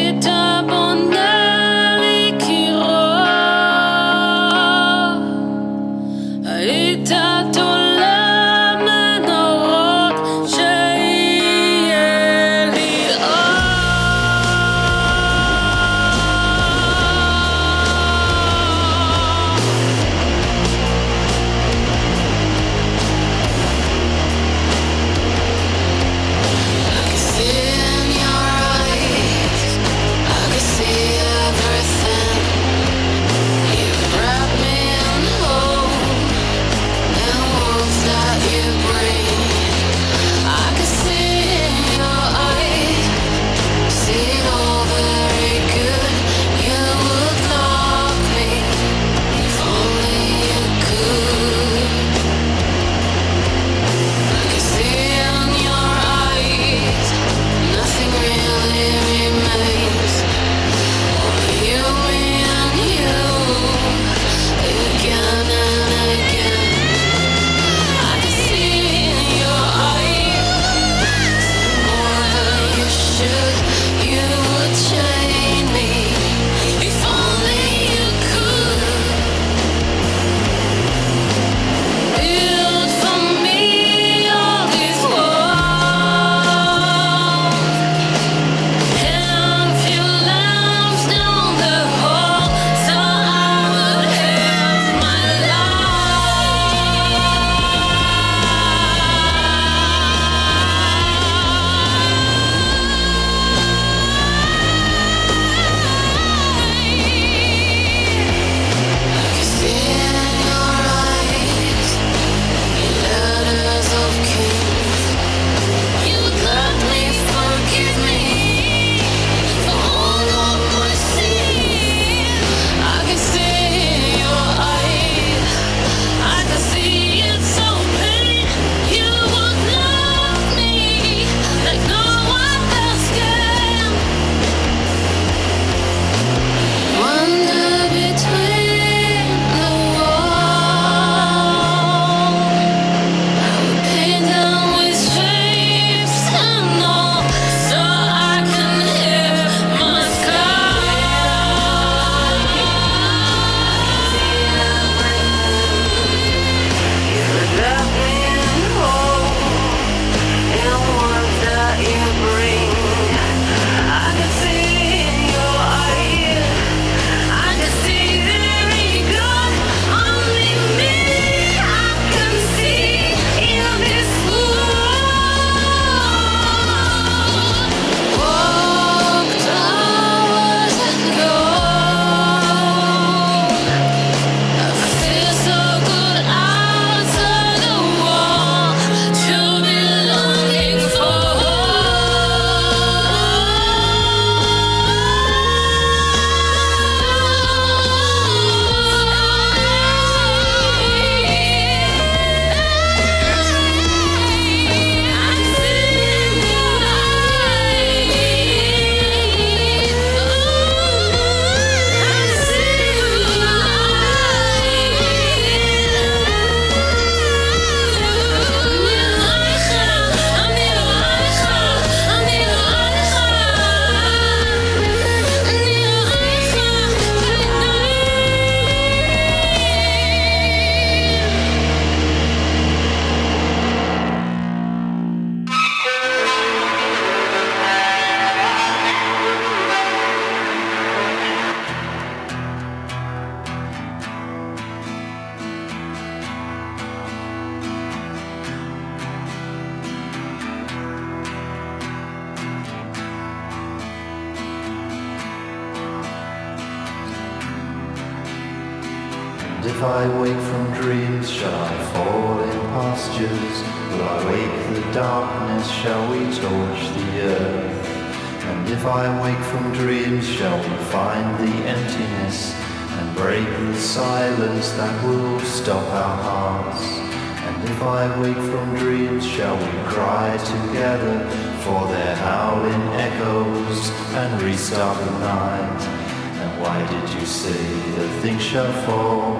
if I wake from dreams, shall I fall in pastures? Will I wake the darkness? Shall we torch the earth? And if I wake from dreams, shall we find the emptiness and break the silence that will stop our hearts? And if I wake from dreams, shall we cry together for their howling echoes and restart the night? And why did you say that things shall fall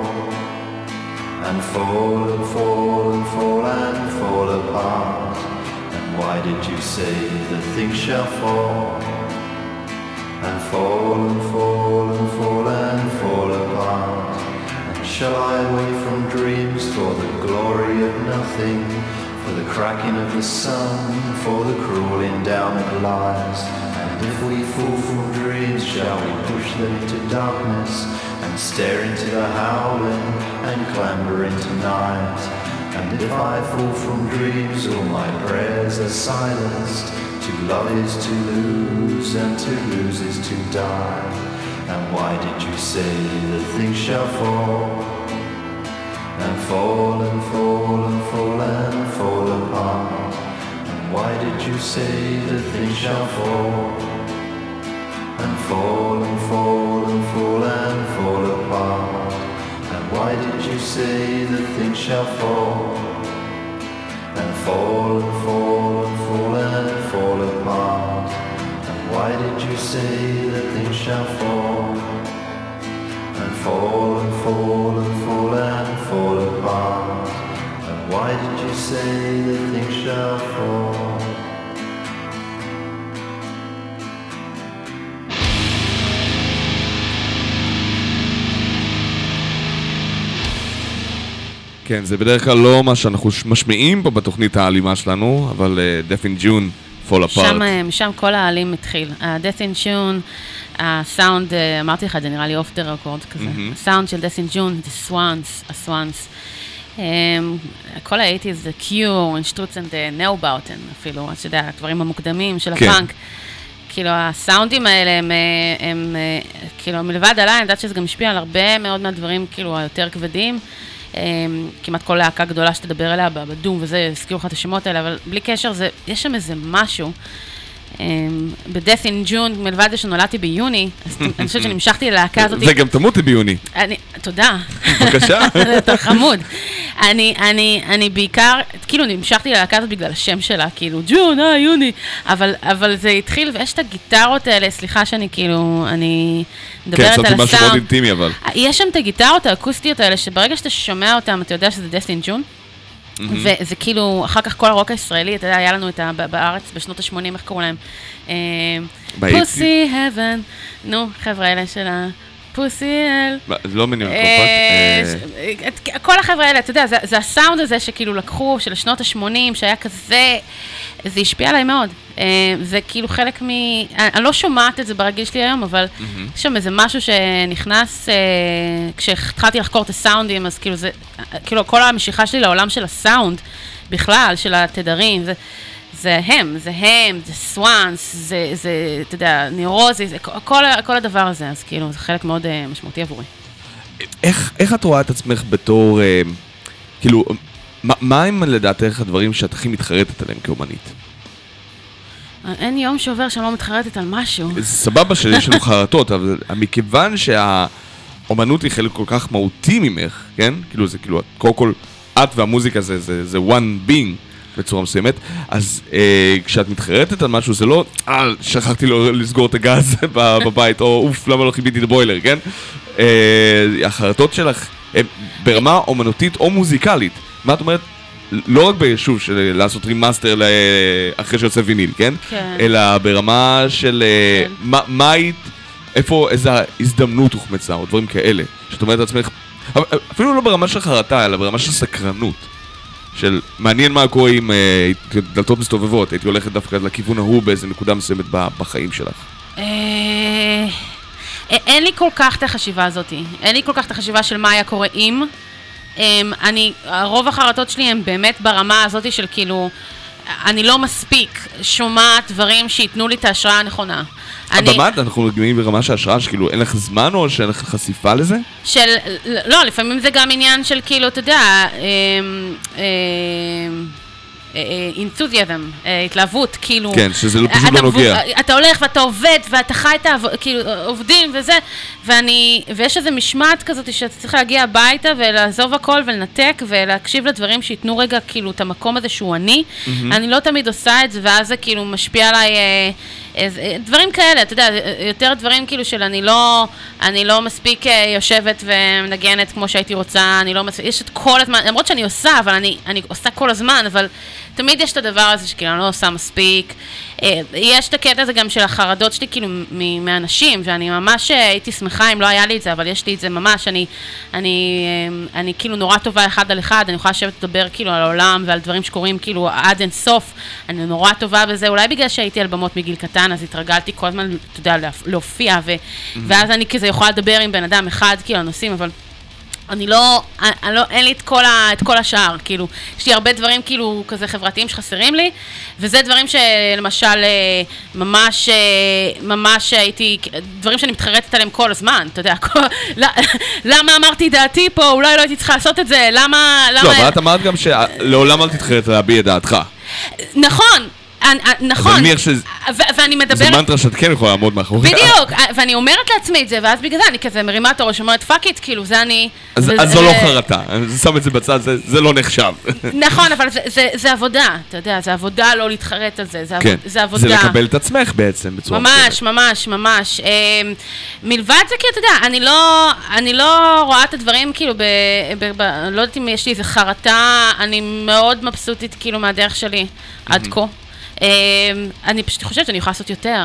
and fall and fall and fall and fall apart? And why did you say that things shall fall and fall and fall and fall and fall apart. And shall I wake from dreams for the glory of nothing, for the cracking of the sun, for the crawling down of lies? And if we fall from dreams, shall we push them into darkness and stare into the howling and clamber into night? And if I fall from dreams, all my prayers are silenced. To love is to lose, and to lose is to die. And why did you say that things shall fall? And fall and fall and fall and fall apart. And why did you say that things shall fall? And fall and fall and fall and fall apart. And why did you say that things shall fall? And fall and fall and fall and fall apart. And why did you say that things shall fall? And fall and fall and fall and fall apart. And why did you say that things shall fall? כן, זה בדרך כלל לא מה שאנחנו משמיעים פה בתוכנית האלימה שלנו, אבל uh, Death in June, Fall Apart. שם, משם כל האלים התחיל. ה-Death in June, הסאונד, אמרתי לך, זה נראה לי off the record כזה. Mm-hmm. הסאונד של Death in June, The Swans, ה-Swans. Um, כל ה-שמונים, זה Cure, Instrutz and Neubauten, אפילו, אתה יודע, הדברים המוקדמים של כן. הפאנק. כאילו, הסאונדים האלה הם, הם, כאילו, מלבד עליי, אני יודעת שזה גם משפיע על הרבה מאוד מהדברים, כאילו, היותר כבדים. כמעט כל להקה גדולה שתדבר אליה בדום וזה, הזכירו לך את השמות האלה, אבל בלי קשר, זה, יש שם איזה משהו. ב-Death in June, מלבד זה שנולדתי ביוני, אז אני חושבת שנמשכתי ללהקה הזאת. זה גם תמותי ביוני. תודה. בבקשה. אתה חמוד. אני, אני, אני בעיקר, כאילו נמשכתי ללהקה הזאת בגלל השם שלה, כאילו, ג'ון, אה, יוני. אבל, אבל זה התחיל, ויש את הגיטרות האלה, סליחה שאני כאילו, אני מדברת על הסאונד. כן, שמתי משהו מאוד אינטימי, אבל. יש שם את הגיטרות האקוסטיות האלה, שברגע שאתה שומע אותם, אתה יודע שזה Death in June. וזה כאילו, אחר כך כל הרוק הישראלי, אתה יודע, היה לנו את בארץ בשנות ה-שמונים, איך קראו להם? פוסי הבן, נו, חבר'ה האלה של הפוסי אל. לא מניעים, קומפקט. כל החבר'ה האלה, אתה יודע, זה הסאונד הזה שכאילו לקחו, של השנות ה-שמונים, שהיה כזה, זה השפיע עליי מאוד. זה כאילו חלק מ... אני לא שומעת את זה ברגיל שלי היום, אבל יש שם איזה משהו שנכנס, כשהתחלתי לחקור את הסאונדים, אז כאילו זה, כאילו כל המשיכה שלי לעולם של הסאונד, בכלל, של התדרים, זה, זה הם, זה הם, זה סוואנס, זה, זה, אתה יודע, נירוזי, זה כל, כל הדבר הזה, אז כאילו זה חלק מאוד משמעותי עבורי. איך, איך את רואה את עצמך בתור, כאילו, מה, מה הם לדעתך הדברים שאת הכי מתחרטת עליהם כאומנית? אין יום שעובר שאני לא מתחרטת על משהו. זה סבבה שיש לנו חרטות, אבל מכיוון שהאומנות היא חלק כל כך מהותי ממך, כן? כאילו זה כאילו, קודם כל, את והמוזיקה זה, זה, זה one being בצורה מסוימת, אז אה, כשאת מתחרטת על משהו, זה לא, אה, שכחתי לו לסגור את הגז בבית, או אוף, למה לא חיביתי את הבוילר, כן? אה, החרטות שלך הם ברמה אומנותית או מוזיקלית. מה את אומרת? לא רק בשוב של לעשות רימאסטר אחרי שיוצא ויניל, כן? כן. אלא ברמה של כן. מה, מה היית, איפה, איזו הזדמנות הוחמצה, או דברים כאלה. שאת אומרת לעצמך, אפילו לא ברמה של חרטה, אלא ברמה של סקרנות. של מעניין מה קורה עם אה, דלתות מסתובבות, הייתי הולכת דווקא לכיוון ההוא באיזו נקודה מסוימת בחיים שלך. אה, אין לי כל כך את החשיבה הזאת. אין לי כל כך את החשיבה של מה היה קורה אם. אני, רוב החרטות שלי הם באמת ברמה הזאת של כאילו, אני לא מספיק שומעת דברים שיתנו לי את ההשראה הנכונה. הבמת, אנחנו מגיעים ברמה של ההשראה שכאילו אין לך זמן או שאין לך חשיפה לזה? של, לא, לפעמים זה גם עניין של כאילו, אתה יודע, אינתוזיאזם, התלהבות, כאילו... כן, שזה פשוט לא נוגע. אתה הולך ואתה עובד ואתה חי את העובדים וזה, ואני, ויש איזו משמעת כזאת שאתה צריך להגיע הביתה ולעזוב הכל ולנתק ולהקשיב לדברים שיתנו רגע כאילו את המקום הזה שהוא אני. אני לא תמיד עושה את זה, ואז זה כאילו משפיע עליי... דברים כאלה, אתה יודע, יותר דברים כאילו של אני לא, אני לא מספיק יושבת ומנגנת כמו שהייתי רוצה, אני לא מספיק, יש את כל הזמן, למרות שאני עושה, אבל אני, אני עושה כל הזמן, אבל תמיד יש את הדבר הזה שכאילו אני לא עושה מספיק. יש את הקטע הזה גם של החרדות שלי כאילו מאנשים, ואני ממש הייתי שמחה אם לא היה לי את זה, אבל יש לי את זה ממש, אני, אני, אני כאילו נורא טובה אחד על אחד, אני יכולה לשבת לדבר כאילו על העולם ועל דברים שקורים כאילו עד אין סוף, אני נורא טובה בזה, אולי בגלל שהייתי על במות מגיל קטן, אז התרגלתי כל הזמן, אתה יודע, להופיע, ו, mm-hmm. ואז אני כזה יכולה לדבר עם בן אדם אחד כאילו הנושאים, אבל אני לא, אני לא, אין לי את כל, ה, את כל השאר, כאילו, יש לי הרבה דברים כאילו כזה חברתיים שחסרים לי, וזה דברים שלמשל ממש, ממש הייתי, דברים שאני מתחרטת עליהם כל הזמן, אתה יודע, כל, למה אמרתי דעתי פה, אולי לא הייתי צריכה לעשות את זה, למה, למה... לא, אבל את אמרת גם שלעולם אל תתחרט להביע את דעתך. נכון. נכון, אז אני מניח שזה ואני מדברת... זה מנטרה שאת כן יכולה לעמוד מאחוריה. בדיוק, ואני אומרת לעצמי את זה, ואז בגלל זה אני כזה מרימה את הראש, אומרת פאק איט, כאילו זה אני... אז זו לא חרטה, אני שם את זה בצד, זה לא נחשב. נכון, אבל זה עבודה, אתה יודע, זה עבודה לא להתחרט על זה, זה עבודה. זה לקבל את עצמך בעצם, בצורה ממש, ממש, ממש. מלבד זה, כאילו, אתה יודע, אני לא רואה את הדברים, כאילו, לא יודעת אם יש לי איזה חרטה, אני מאוד מבסוטית, כאילו, מהדרך שלי, עד כה. אני פשוט חושבת שאני יכולה לעשות יותר.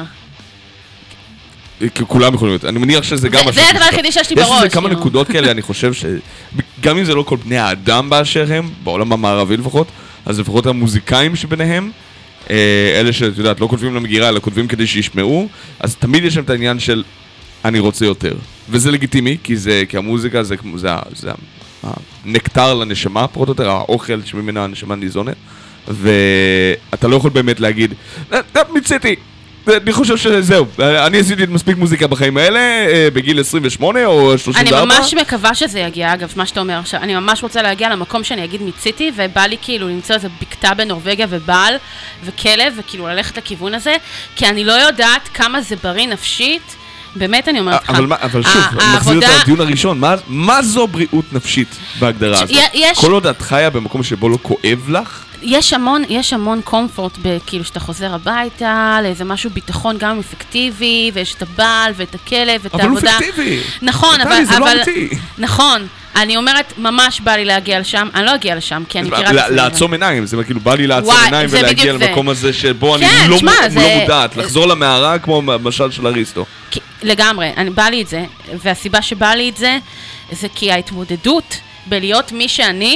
כולם יכולים להיות. אני מניח שזה גם... זה הדבר היחידי שיש לי בראש. יש לזה כמה נקודות כאלה, אני חושב שגם אם זה לא כל בני האדם באשר הם, בעולם המערבי לפחות, אז לפחות המוזיקאים שביניהם, אלה שאת יודעת, לא כותבים למגירה, אלא כותבים כדי שישמעו, אז תמיד יש להם את העניין של אני רוצה יותר. וזה לגיטימי, כי המוזיקה זה הנקטר לנשמה, פחות או יותר, האוכל שממנה הנשמה ניזונת. ואתה לא יכול באמת להגיד, מיציתי, אני חושב שזהו, אני עשיתי מספיק מוזיקה בחיים האלה, בגיל עשרים ושמונה או שלושים וארבע. אני ממש מקווה שזה יגיע, אגב, מה שאתה אומר עכשיו, אני ממש רוצה להגיע למקום שאני אגיד מיציתי, ובא לי כאילו למצוא איזה בקתה בנורווגיה ובעל וכלב, וכאילו ללכת לכיוון הזה, כי אני לא יודעת כמה זה בריא נפשית, באמת אני אומרת לך. אבל שוב, נחזיר את הדיון הראשון, מה זו בריאות נפשית בהגדרה הזאת? כל עוד את חיה במקום שבו לא כואב לך? יש המון, יש המון קומפורט, כאילו שאתה חוזר הביתה, לאיזה משהו ביטחון גם אפקטיבי, ויש את הבעל ואת הכלב ואת העבודה. אבל הוא אפקטיבי. נכון, אבל... נתני, זה לא אמיתי. נכון. אני אומרת, ממש בא לי להגיע לשם, אני לא אגיע לשם, כי אני מכירה את זה. לעצום עיניים, זה כאילו בא לי לעצום עיניים ולהגיע למקום הזה שבו אני לא מודעת, לחזור למערה כמו משל של אריסטו. לגמרי, בא לי את זה, והסיבה שבא לי את זה, זה כי ההתמודדות בלהיות מי שאני,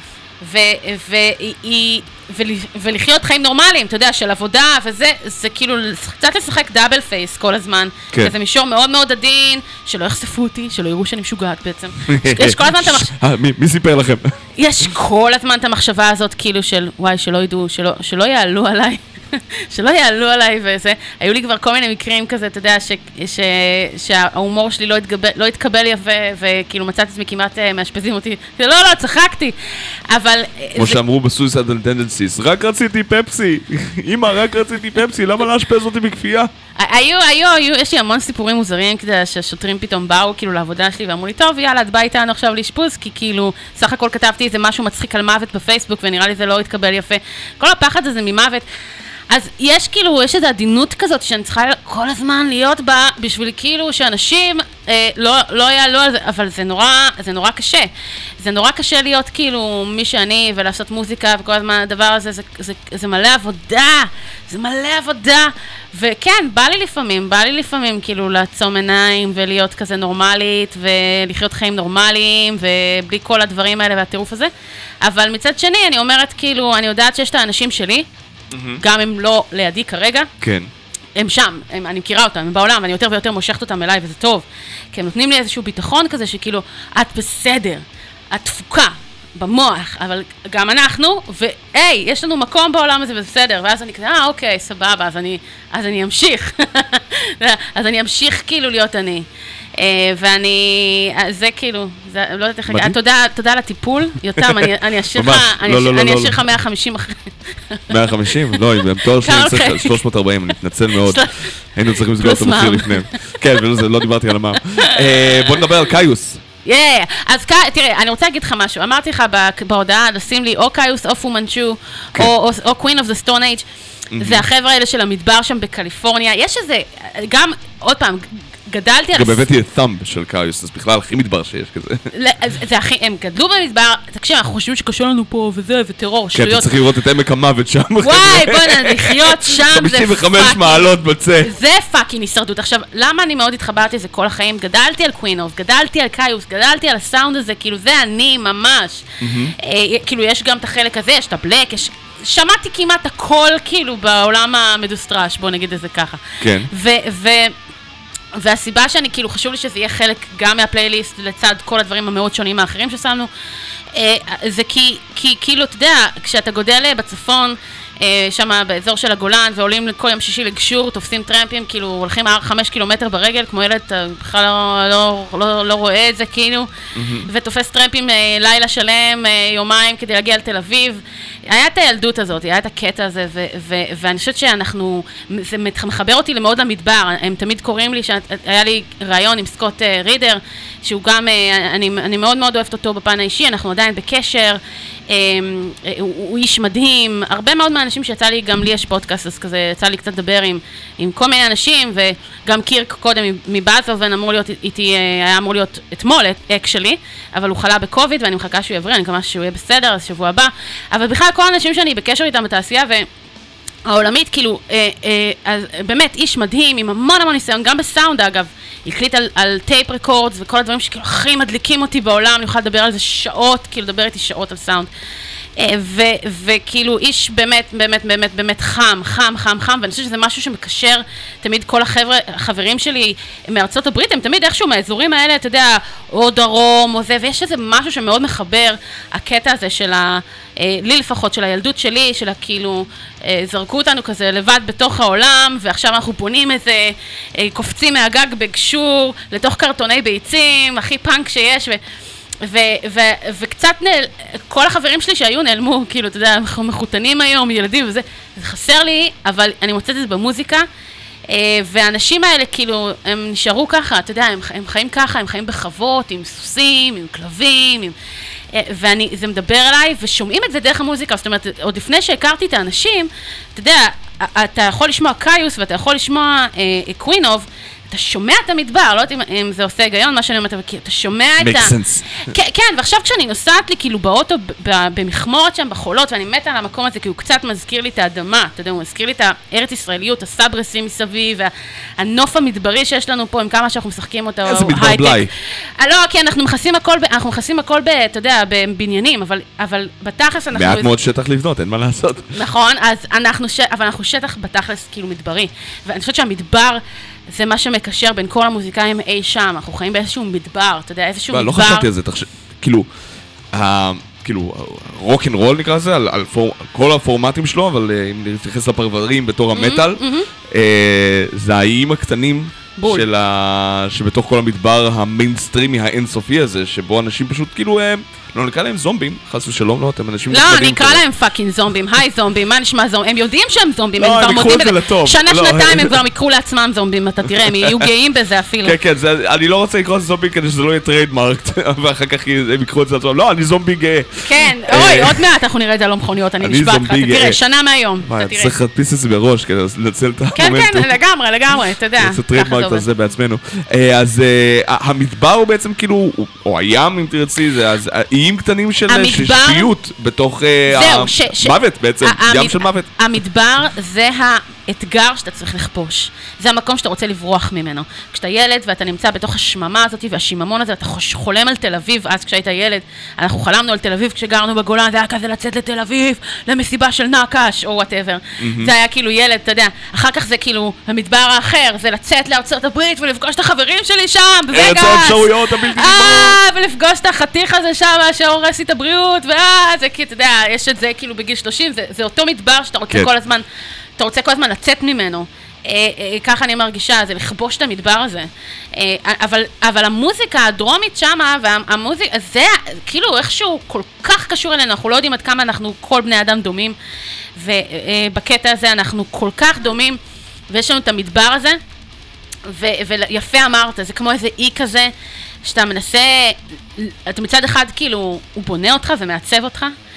ולחיות חיים נורמליים, אתה יודע, של עבודה, וזה, זה כאילו קצת לשחק דאבל פייס כל הזמן. זה מישור מאוד מאוד עדין, שלא יחשפו אותי, שלא יראו שאני משוגעת בעצם. יש כל הזמן את המחשבה... מי סיפר לכם? יש כל הזמן את המחשבה הזאת, כאילו של, וואי, שלא ידעו, שלא יעלו עליי. שלא יעלו עליי וזה, היו לי כבר כל מיני מקרים כזה, אתה יודע, שההומור שלי לא התקבל יפה, וכאילו מצאתי עצמי כמעט מאשפזים אותי, לא, לא, צחקתי, אבל... כמו שאמרו בסויסיידל טנדנסיס, רק רציתי פפסי, אמא, רק רציתי פפסי, למה לאשפז אותי בכפייה? היו, היו, היו, יש לי המון סיפורים מוזרים, כדי שהשוטרים פתאום באו כאילו לעבודה שלי, ואמרו לי, טוב, יאללה, את באה איתנו עכשיו לאשפוז, כי כאילו, סך הכל כתבתי איזה משהו מצחיק על מוות בפייסבוק, ונראה לי זה לא התקבל יפה. כל הפחד הזה ממוות. אז יש כאילו, יש איזו עדינות כזאת שאני צריכה כל הזמן להיות בה בשביל כאילו שאנשים אה, לא, לא יעלו על זה, אבל זה נורא, זה נורא קשה. זה נורא קשה להיות כאילו מי שאני ולעשות מוזיקה וכל הזמן הדבר הזה, זה, זה, זה מלא עבודה, זה מלא עבודה. וכן, בא לי לפעמים, בא לי לפעמים כאילו לעצום עיניים ולהיות כזה נורמלית ולחיות חיים נורמליים ובלי כל הדברים האלה והטירוף הזה. אבל מצד שני אני אומרת כאילו, אני יודעת שיש את האנשים שלי, גם הם לא לידי כרגע, כן. הם שם, הם, אני מכירה אותם, הם בעולם, ואני יותר ויותר מושכת אותם אליי, וזה טוב, כי הם נותנים לי איזשהו ביטחון כזה, שכאילו, את בסדר, את תפוקה במוח, אבל גם אנחנו, והי, יש לנו מקום בעולם הזה, וזה בסדר, ואז אני כזה, אה, אוקיי, סבבה, אז אני, אז אני אמשיך, אז אני אמשיך כאילו להיות אני. ואני, זה כאילו, לא יודעת איך, תודה על הטיפול, יותם, אני אשאיר לך מאה וחמישים אחרי. מאה וחמישים? לא, עם תואר שני צריך שלוש מאות וארבעים, אני מתנצל מאוד. היינו צריכים לסגור את המחיר לפניהם. כן, לא דיברתי על המע"מ. בוא נדבר על קאיוס. יאה, אז תראה, אני רוצה להגיד לך משהו, אמרתי לך בהודעה, לשים לי או קאיוס או פומנצ'ו, או Queen of the Stone Age, זה החבר'ה האלה של המדבר שם בקליפורניה, יש איזה, גם, עוד פעם, גדלתי על... גם הבאתי את thumb של קאיוס, אז בכלל הכי מדבר שיש כזה. זה הכי, הם גדלו במדבר, תקשיב, אנחנו חושבים שקשה לנו פה וזה, וטרור, שטויות. כן, אתה צריך לראות את עמק המוות שם. וואי, בוא לחיות שם, זה חמישים וחמש מעלות בצא. זה פאקינג הישרדות. עכשיו, למה אני מאוד התחברתי לזה כל החיים? גדלתי על קווינוף, גדלתי על קאיוס, גדלתי על הסאונד הזה, כאילו זה אני ממש. כאילו יש גם את החלק הזה, יש את הבלק, יש... שמעתי כמעט הכל כאילו בעולם המדוסטרש, בוא נגיד את זה ככה. כן. ו... ו... והסיבה שאני כאילו חשוב לי שזה יהיה חלק גם מהפלייליסט לצד כל הדברים המאוד שונים האחרים ששמנו, זה כי, כי כאילו, אתה יודע, כשאתה גודל בצפון, שם באזור של הגולן, ועולים כל יום שישי לגשור, תופסים טרמפים, כאילו הולכים חמש קילומטר ברגל, כמו ילד, אתה בכלל לא, לא, לא, לא רואה את זה, כאילו, mm-hmm. ותופס טרמפים לילה שלם, יומיים, כדי להגיע לתל אביב. היה את הילדות הזאת, היה את הקטע הזה, ו- ו- ואני חושבת שאנחנו, זה מחבר אותי למאוד למדבר, הם תמיד קוראים לי, שהיה לי רעיון עם סקוט רידר, שהוא גם, אני, אני מאוד מאוד אוהבת אותו בפן האישי, אנחנו עדיין בקשר, הוא, הוא איש מדהים, הרבה מאוד מהאנשים שיצא לי, גם לי יש פודקאסט, אז כזה יצא לי קצת לדבר עם, עם כל מיני אנשים, וגם קירק קודם מבאזובן אמור להיות איתי, היה אמור להיות אתמול, אק שלי, אבל הוא חלה בקוביד, ואני מחכה שהוא יבריא, אני מקווה שהוא יהיה בסדר, אז שבוע הבא, אבל בכלל כל האנשים שאני בקשר איתם בתעשייה, והעולמית, כאילו, אה, אה, אז באמת איש מדהים, עם המון המון ניסיון, גם בסאונד אגב, הקליט על, על טייפ רקורדס, וכל הדברים שכאילו הכי מדליקים אותי בעולם, אני יכולה לדבר על זה שעות, כאילו לדבר איתי שעות על סאונד. וכאילו איש באמת, באמת, באמת, באמת חם, חם, חם, חם, ואני חושבת שזה משהו שמקשר תמיד כל החבר'ה, החברים שלי מארצות הברית, הם תמיד איכשהו מהאזורים האלה, אתה יודע, או דרום, או זה, ויש איזה משהו שמאוד מחבר, הקטע הזה של ה... לי לפחות, של הילדות שלי, של הכאילו, זרקו אותנו כזה לבד בתוך העולם, ועכשיו אנחנו בונים איזה, קופצים מהגג בגשור, לתוך קרטוני ביצים, הכי פאנק שיש, ו... ו- ו- וקצת נעל... כל החברים שלי שהיו נעלמו, כאילו, אתה יודע, אנחנו מחותנים היום, ילדים וזה, זה חסר לי, אבל אני מוצאת את זה במוזיקה, והאנשים האלה, כאילו, הם נשארו ככה, אתה יודע, הם, הם חיים ככה, הם חיים בחוות, עם סוסים, עם כלבים, עם... ואני, זה מדבר אליי, ושומעים את זה דרך המוזיקה, זאת אומרת, עוד לפני שהכרתי את האנשים, אתה יודע, אתה יכול לשמוע קאיוס, ואתה יכול לשמוע קווינוב, אתה שומע את המדבר, לא יודעת אם זה עושה היגיון, מה שאני אומרת, אבל אתה שומע את ה... make sense. כן, כן, ועכשיו כשאני נוסעת לי כאילו באוטו, במחמורת שם, בחולות, ואני מתה על המקום הזה, כי הוא קצת מזכיר לי את האדמה, אתה יודע, הוא מזכיר לי את הארץ ישראליות, הסברסים מסביב, והנוף המדברי שיש לנו פה, עם כמה שאנחנו משחקים אותה, איזה מדבר בלי. לא, כי אנחנו מכסים הכל, אנחנו מכסים הכל, אתה יודע, בבניינים, אבל בתכלס אנחנו... מעט מאוד שטח לבנות, אין מה לעשות. נכון, אז אנחנו, אבל אנחנו שטח בתכלס כאילו מדברי, ואני חושבת שהמדבר זה מה שמקשר בין כל המוזיקאים אי שם, אנחנו חיים באיזשהו מדבר, אתה יודע, איזשהו מדבר. לא חשבתי על זה, כאילו, כאילו, רוק אנד רול נקרא לזה, על כל הפורמטים שלו, אבל אם נתייחס לפרברים בתור המטל, זה האיים הקטנים שבתוך כל המדבר המיינסטרימי האינסופי הזה, שבו אנשים פשוט כאילו... לא, נקרא להם זומבים, חס ושלום, לא, אתם אנשים... לא, אני אקרא להם פאקינג זומבים, היי זומבים, מה נשמע זומבים? הם יודעים שהם זומבים, הם כבר מודים בזה. שנה, שנתיים הם כבר יקרו לעצמם זומבים, אתה תראה, הם יהיו גאים בזה אפילו. כן, כן, אני לא רוצה לקרוא זומבי כדי שזה לא יהיה טריידמרקט, ואחר כך הם יקחו את זה לעצמם. לא, אני זומבי גאה. כן, אוי, עוד מעט אנחנו נראה את זה על המכוניות, אני נשבע לך, תראה, שנה מהיום, אתה תראה. צריך להדפיס את זה בראש, כדי לנצל את המומנטום. כן, כן, לגמרי, לגמרי, אתה יודע. זה טריידמרקט על זה בעצמנו. אז המדבר הוא בעצם כאילו, או הים, אם תרצי, זה איים קטנים של שפיות בתוך המוות בעצם, ים של מוות. המדבר זה האתגר שאתה צריך לכבוש. זה המקום שאתה רוצה לברוח ממנו. כשאתה ילד ואתה נמצא בתוך השממה הזאת והשיממון הזה, אתה חולם על תל אביב, אז כשהיית ילד, אנחנו חלמנו על תל אביב כשגרנו בגולן, זה היה כזה לצאת לתל אביב, למסיבה של נקש, או whatever. זה היה כאילו ילד, אתה יודע, אחר כך זה כאילו המדבר האחר, זה לצאת לארצות הברית ולפגוש את החברים שלי שם, בווגאס. אה, ולפגוש את החתיך הזה שם, שהורס את הבריאות, ואה, זה כי, אתה יודע, יש את זה כאילו בגיל שלושים, זה, זה אותו מדבר שאתה רוצה כל הזמן, אתה רוצה כל הזמן לצאת ממנו. אה, אה, ככה אני מרגישה, זה לכבוש את המדבר הזה. אה, אבל, אבל המוזיקה הדרומית שמה, והמוזיקה, זה כאילו איכשהו כל כך קשור אלינו, אנחנו לא יודעים עד כמה אנחנו כל בני אדם דומים, ובקטע הזה אנחנו כל כך דומים, ויש לנו את המדבר הזה, ו, ויפה אמרת, זה כמו איזה אי כזה, שאתה מנסה, אתה מצד אחד כאילו, הוא בונה אותך ומעצב אותך,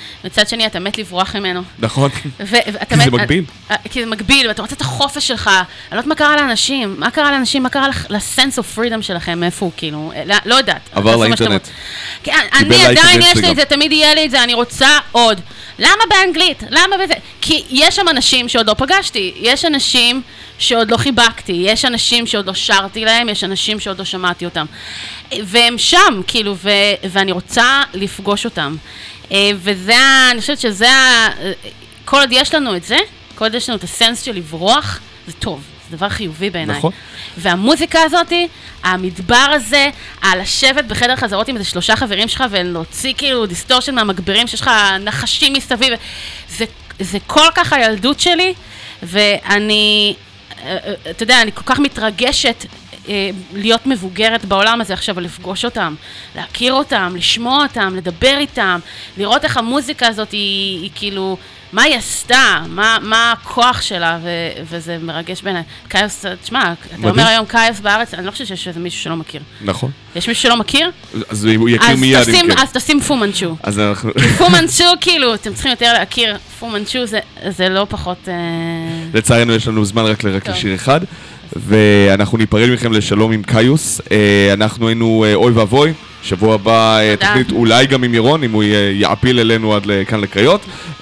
מצד שני אתה מת לברוח ממנו. נכון, כי זה מגביל. כי זה מגביל, ואתה רוצה את החופש שלך. אני לא יודעת מה קרה לאנשים, מה קרה לאנשים, מה קרה לסנס אוף פרידום שלכם, איפה הוא, כאילו, לא יודעת. עבר לאינטרנט. אני עדיין יש לי את זה, תמיד יהיה לי את זה, אני רוצה עוד. למה באנגלית? למה בזה? כי יש שם אנשים שעוד לא פגשתי, יש אנשים שעוד לא חיבקתי, יש אנשים שעוד לא שרתי להם, יש אנשים שעוד לא שמעתי אותם. והם שם, כאילו, ו- ואני רוצה לפגוש אותם. וזה, אני חושבת שזה, כל עוד יש לנו את זה, כל עוד יש לנו את הסנס של לברוח, זה טוב, זה דבר חיובי בעיניי. נכון. והמוזיקה הזאת, המדבר הזה, על לשבת בחדר חזרות עם איזה שלושה חברים שלך, ולהוציא כאילו דיסטורשן מהמגבירים שיש לך נחשים מסביב, זה, זה כל כך הילדות שלי, ואני, אתה יודע, אני כל כך מתרגשת להיות מבוגרת בעולם הזה עכשיו, ולפגוש אותם, להכיר אותם, לשמוע אותם, לדבר איתם, לראות איך המוזיקה הזאת היא, היא כאילו, מה היא עשתה, מה, מה הכוח שלה, ו, וזה מרגש בעיניי. קאיוס, תשמע, אתה אומר היום קאיוס בארץ, אני לא חושבת שיש איזה מישהו שלא מכיר. נכון. יש מישהו שלא מכיר? אז הוא יכיר מיד תשים, אם כן. אז תשים פו מנצ'ו. אז אנחנו... פו מנצ'ו, כאילו, אתם צריכים יותר להכיר, פו מנצ'ו זה, זה לא פחות... לצערנו יש לנו זמן רק לרק לשיר אחד, ואנחנו ניפרד מכם לשלום עם קאיוס. אנחנו היינו אוי ואבוי. שבוע הבא תוכנית אולי גם עם ירון, אם הוא יעפיל אלינו עד כאן לקריות.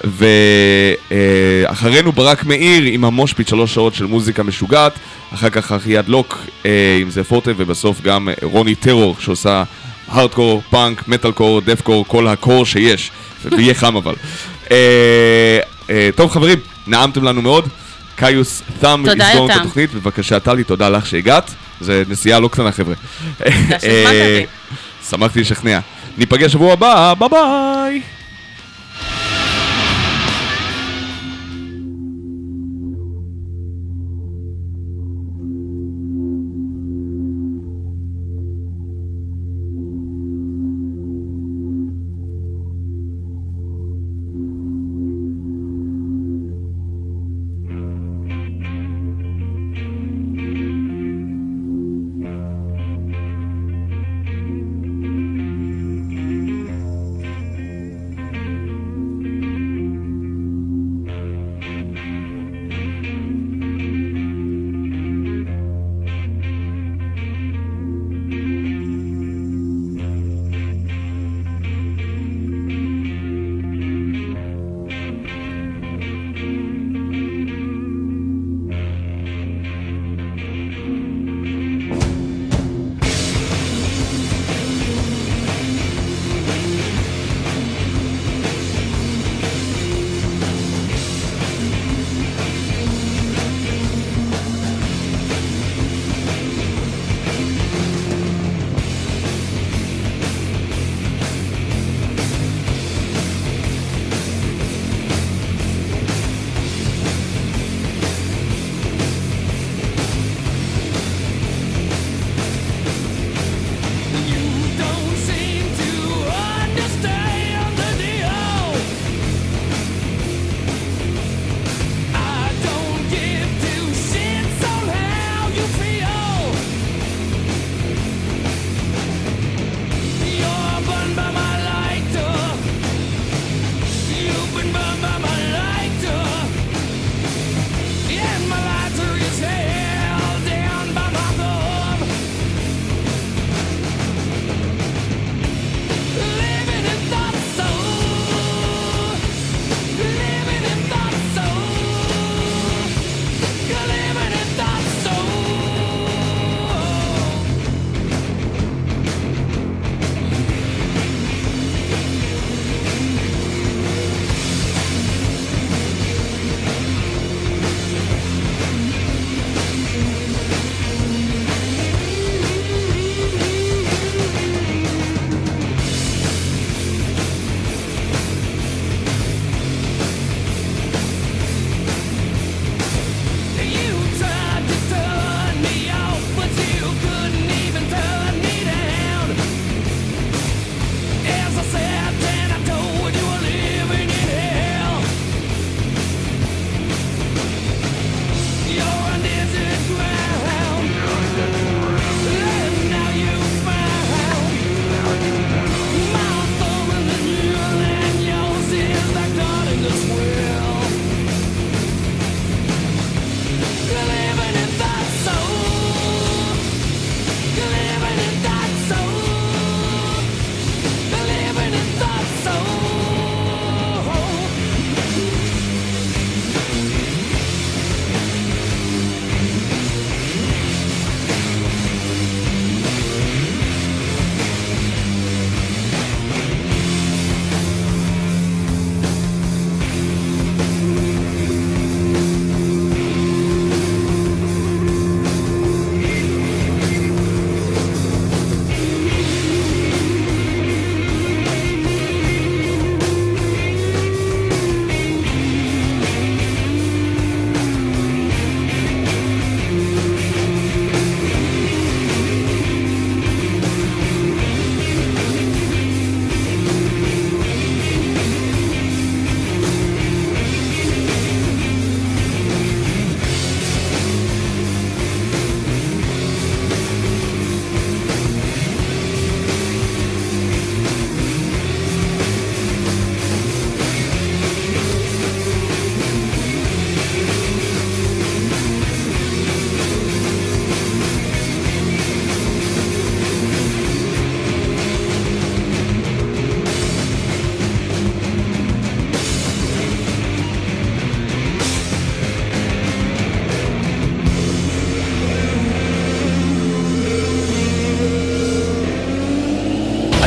ואחרינו ברק מאיר עם המושפיט, שלוש שעות של מוזיקה משוגעת. אחר כך אחיעד לוק עם זה פורטה, ובסוף גם רוני טרור שעושה הארדקור, פאנק, מטלקור, דפקור, כל הקור שיש. ויהיה חם אבל. טוב חברים, נעמתם לנו מאוד. קאיוס ת'ם יסגור את התוכנית, בבקשה טלי, תודה לך שהגעת. זה נסיעה לא קטנה חבר'ה. תודה שהזמנת אותי. שמחתי לשכנע. ניפגש שבוע הבא, ביי ביי!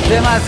אתם מאזינים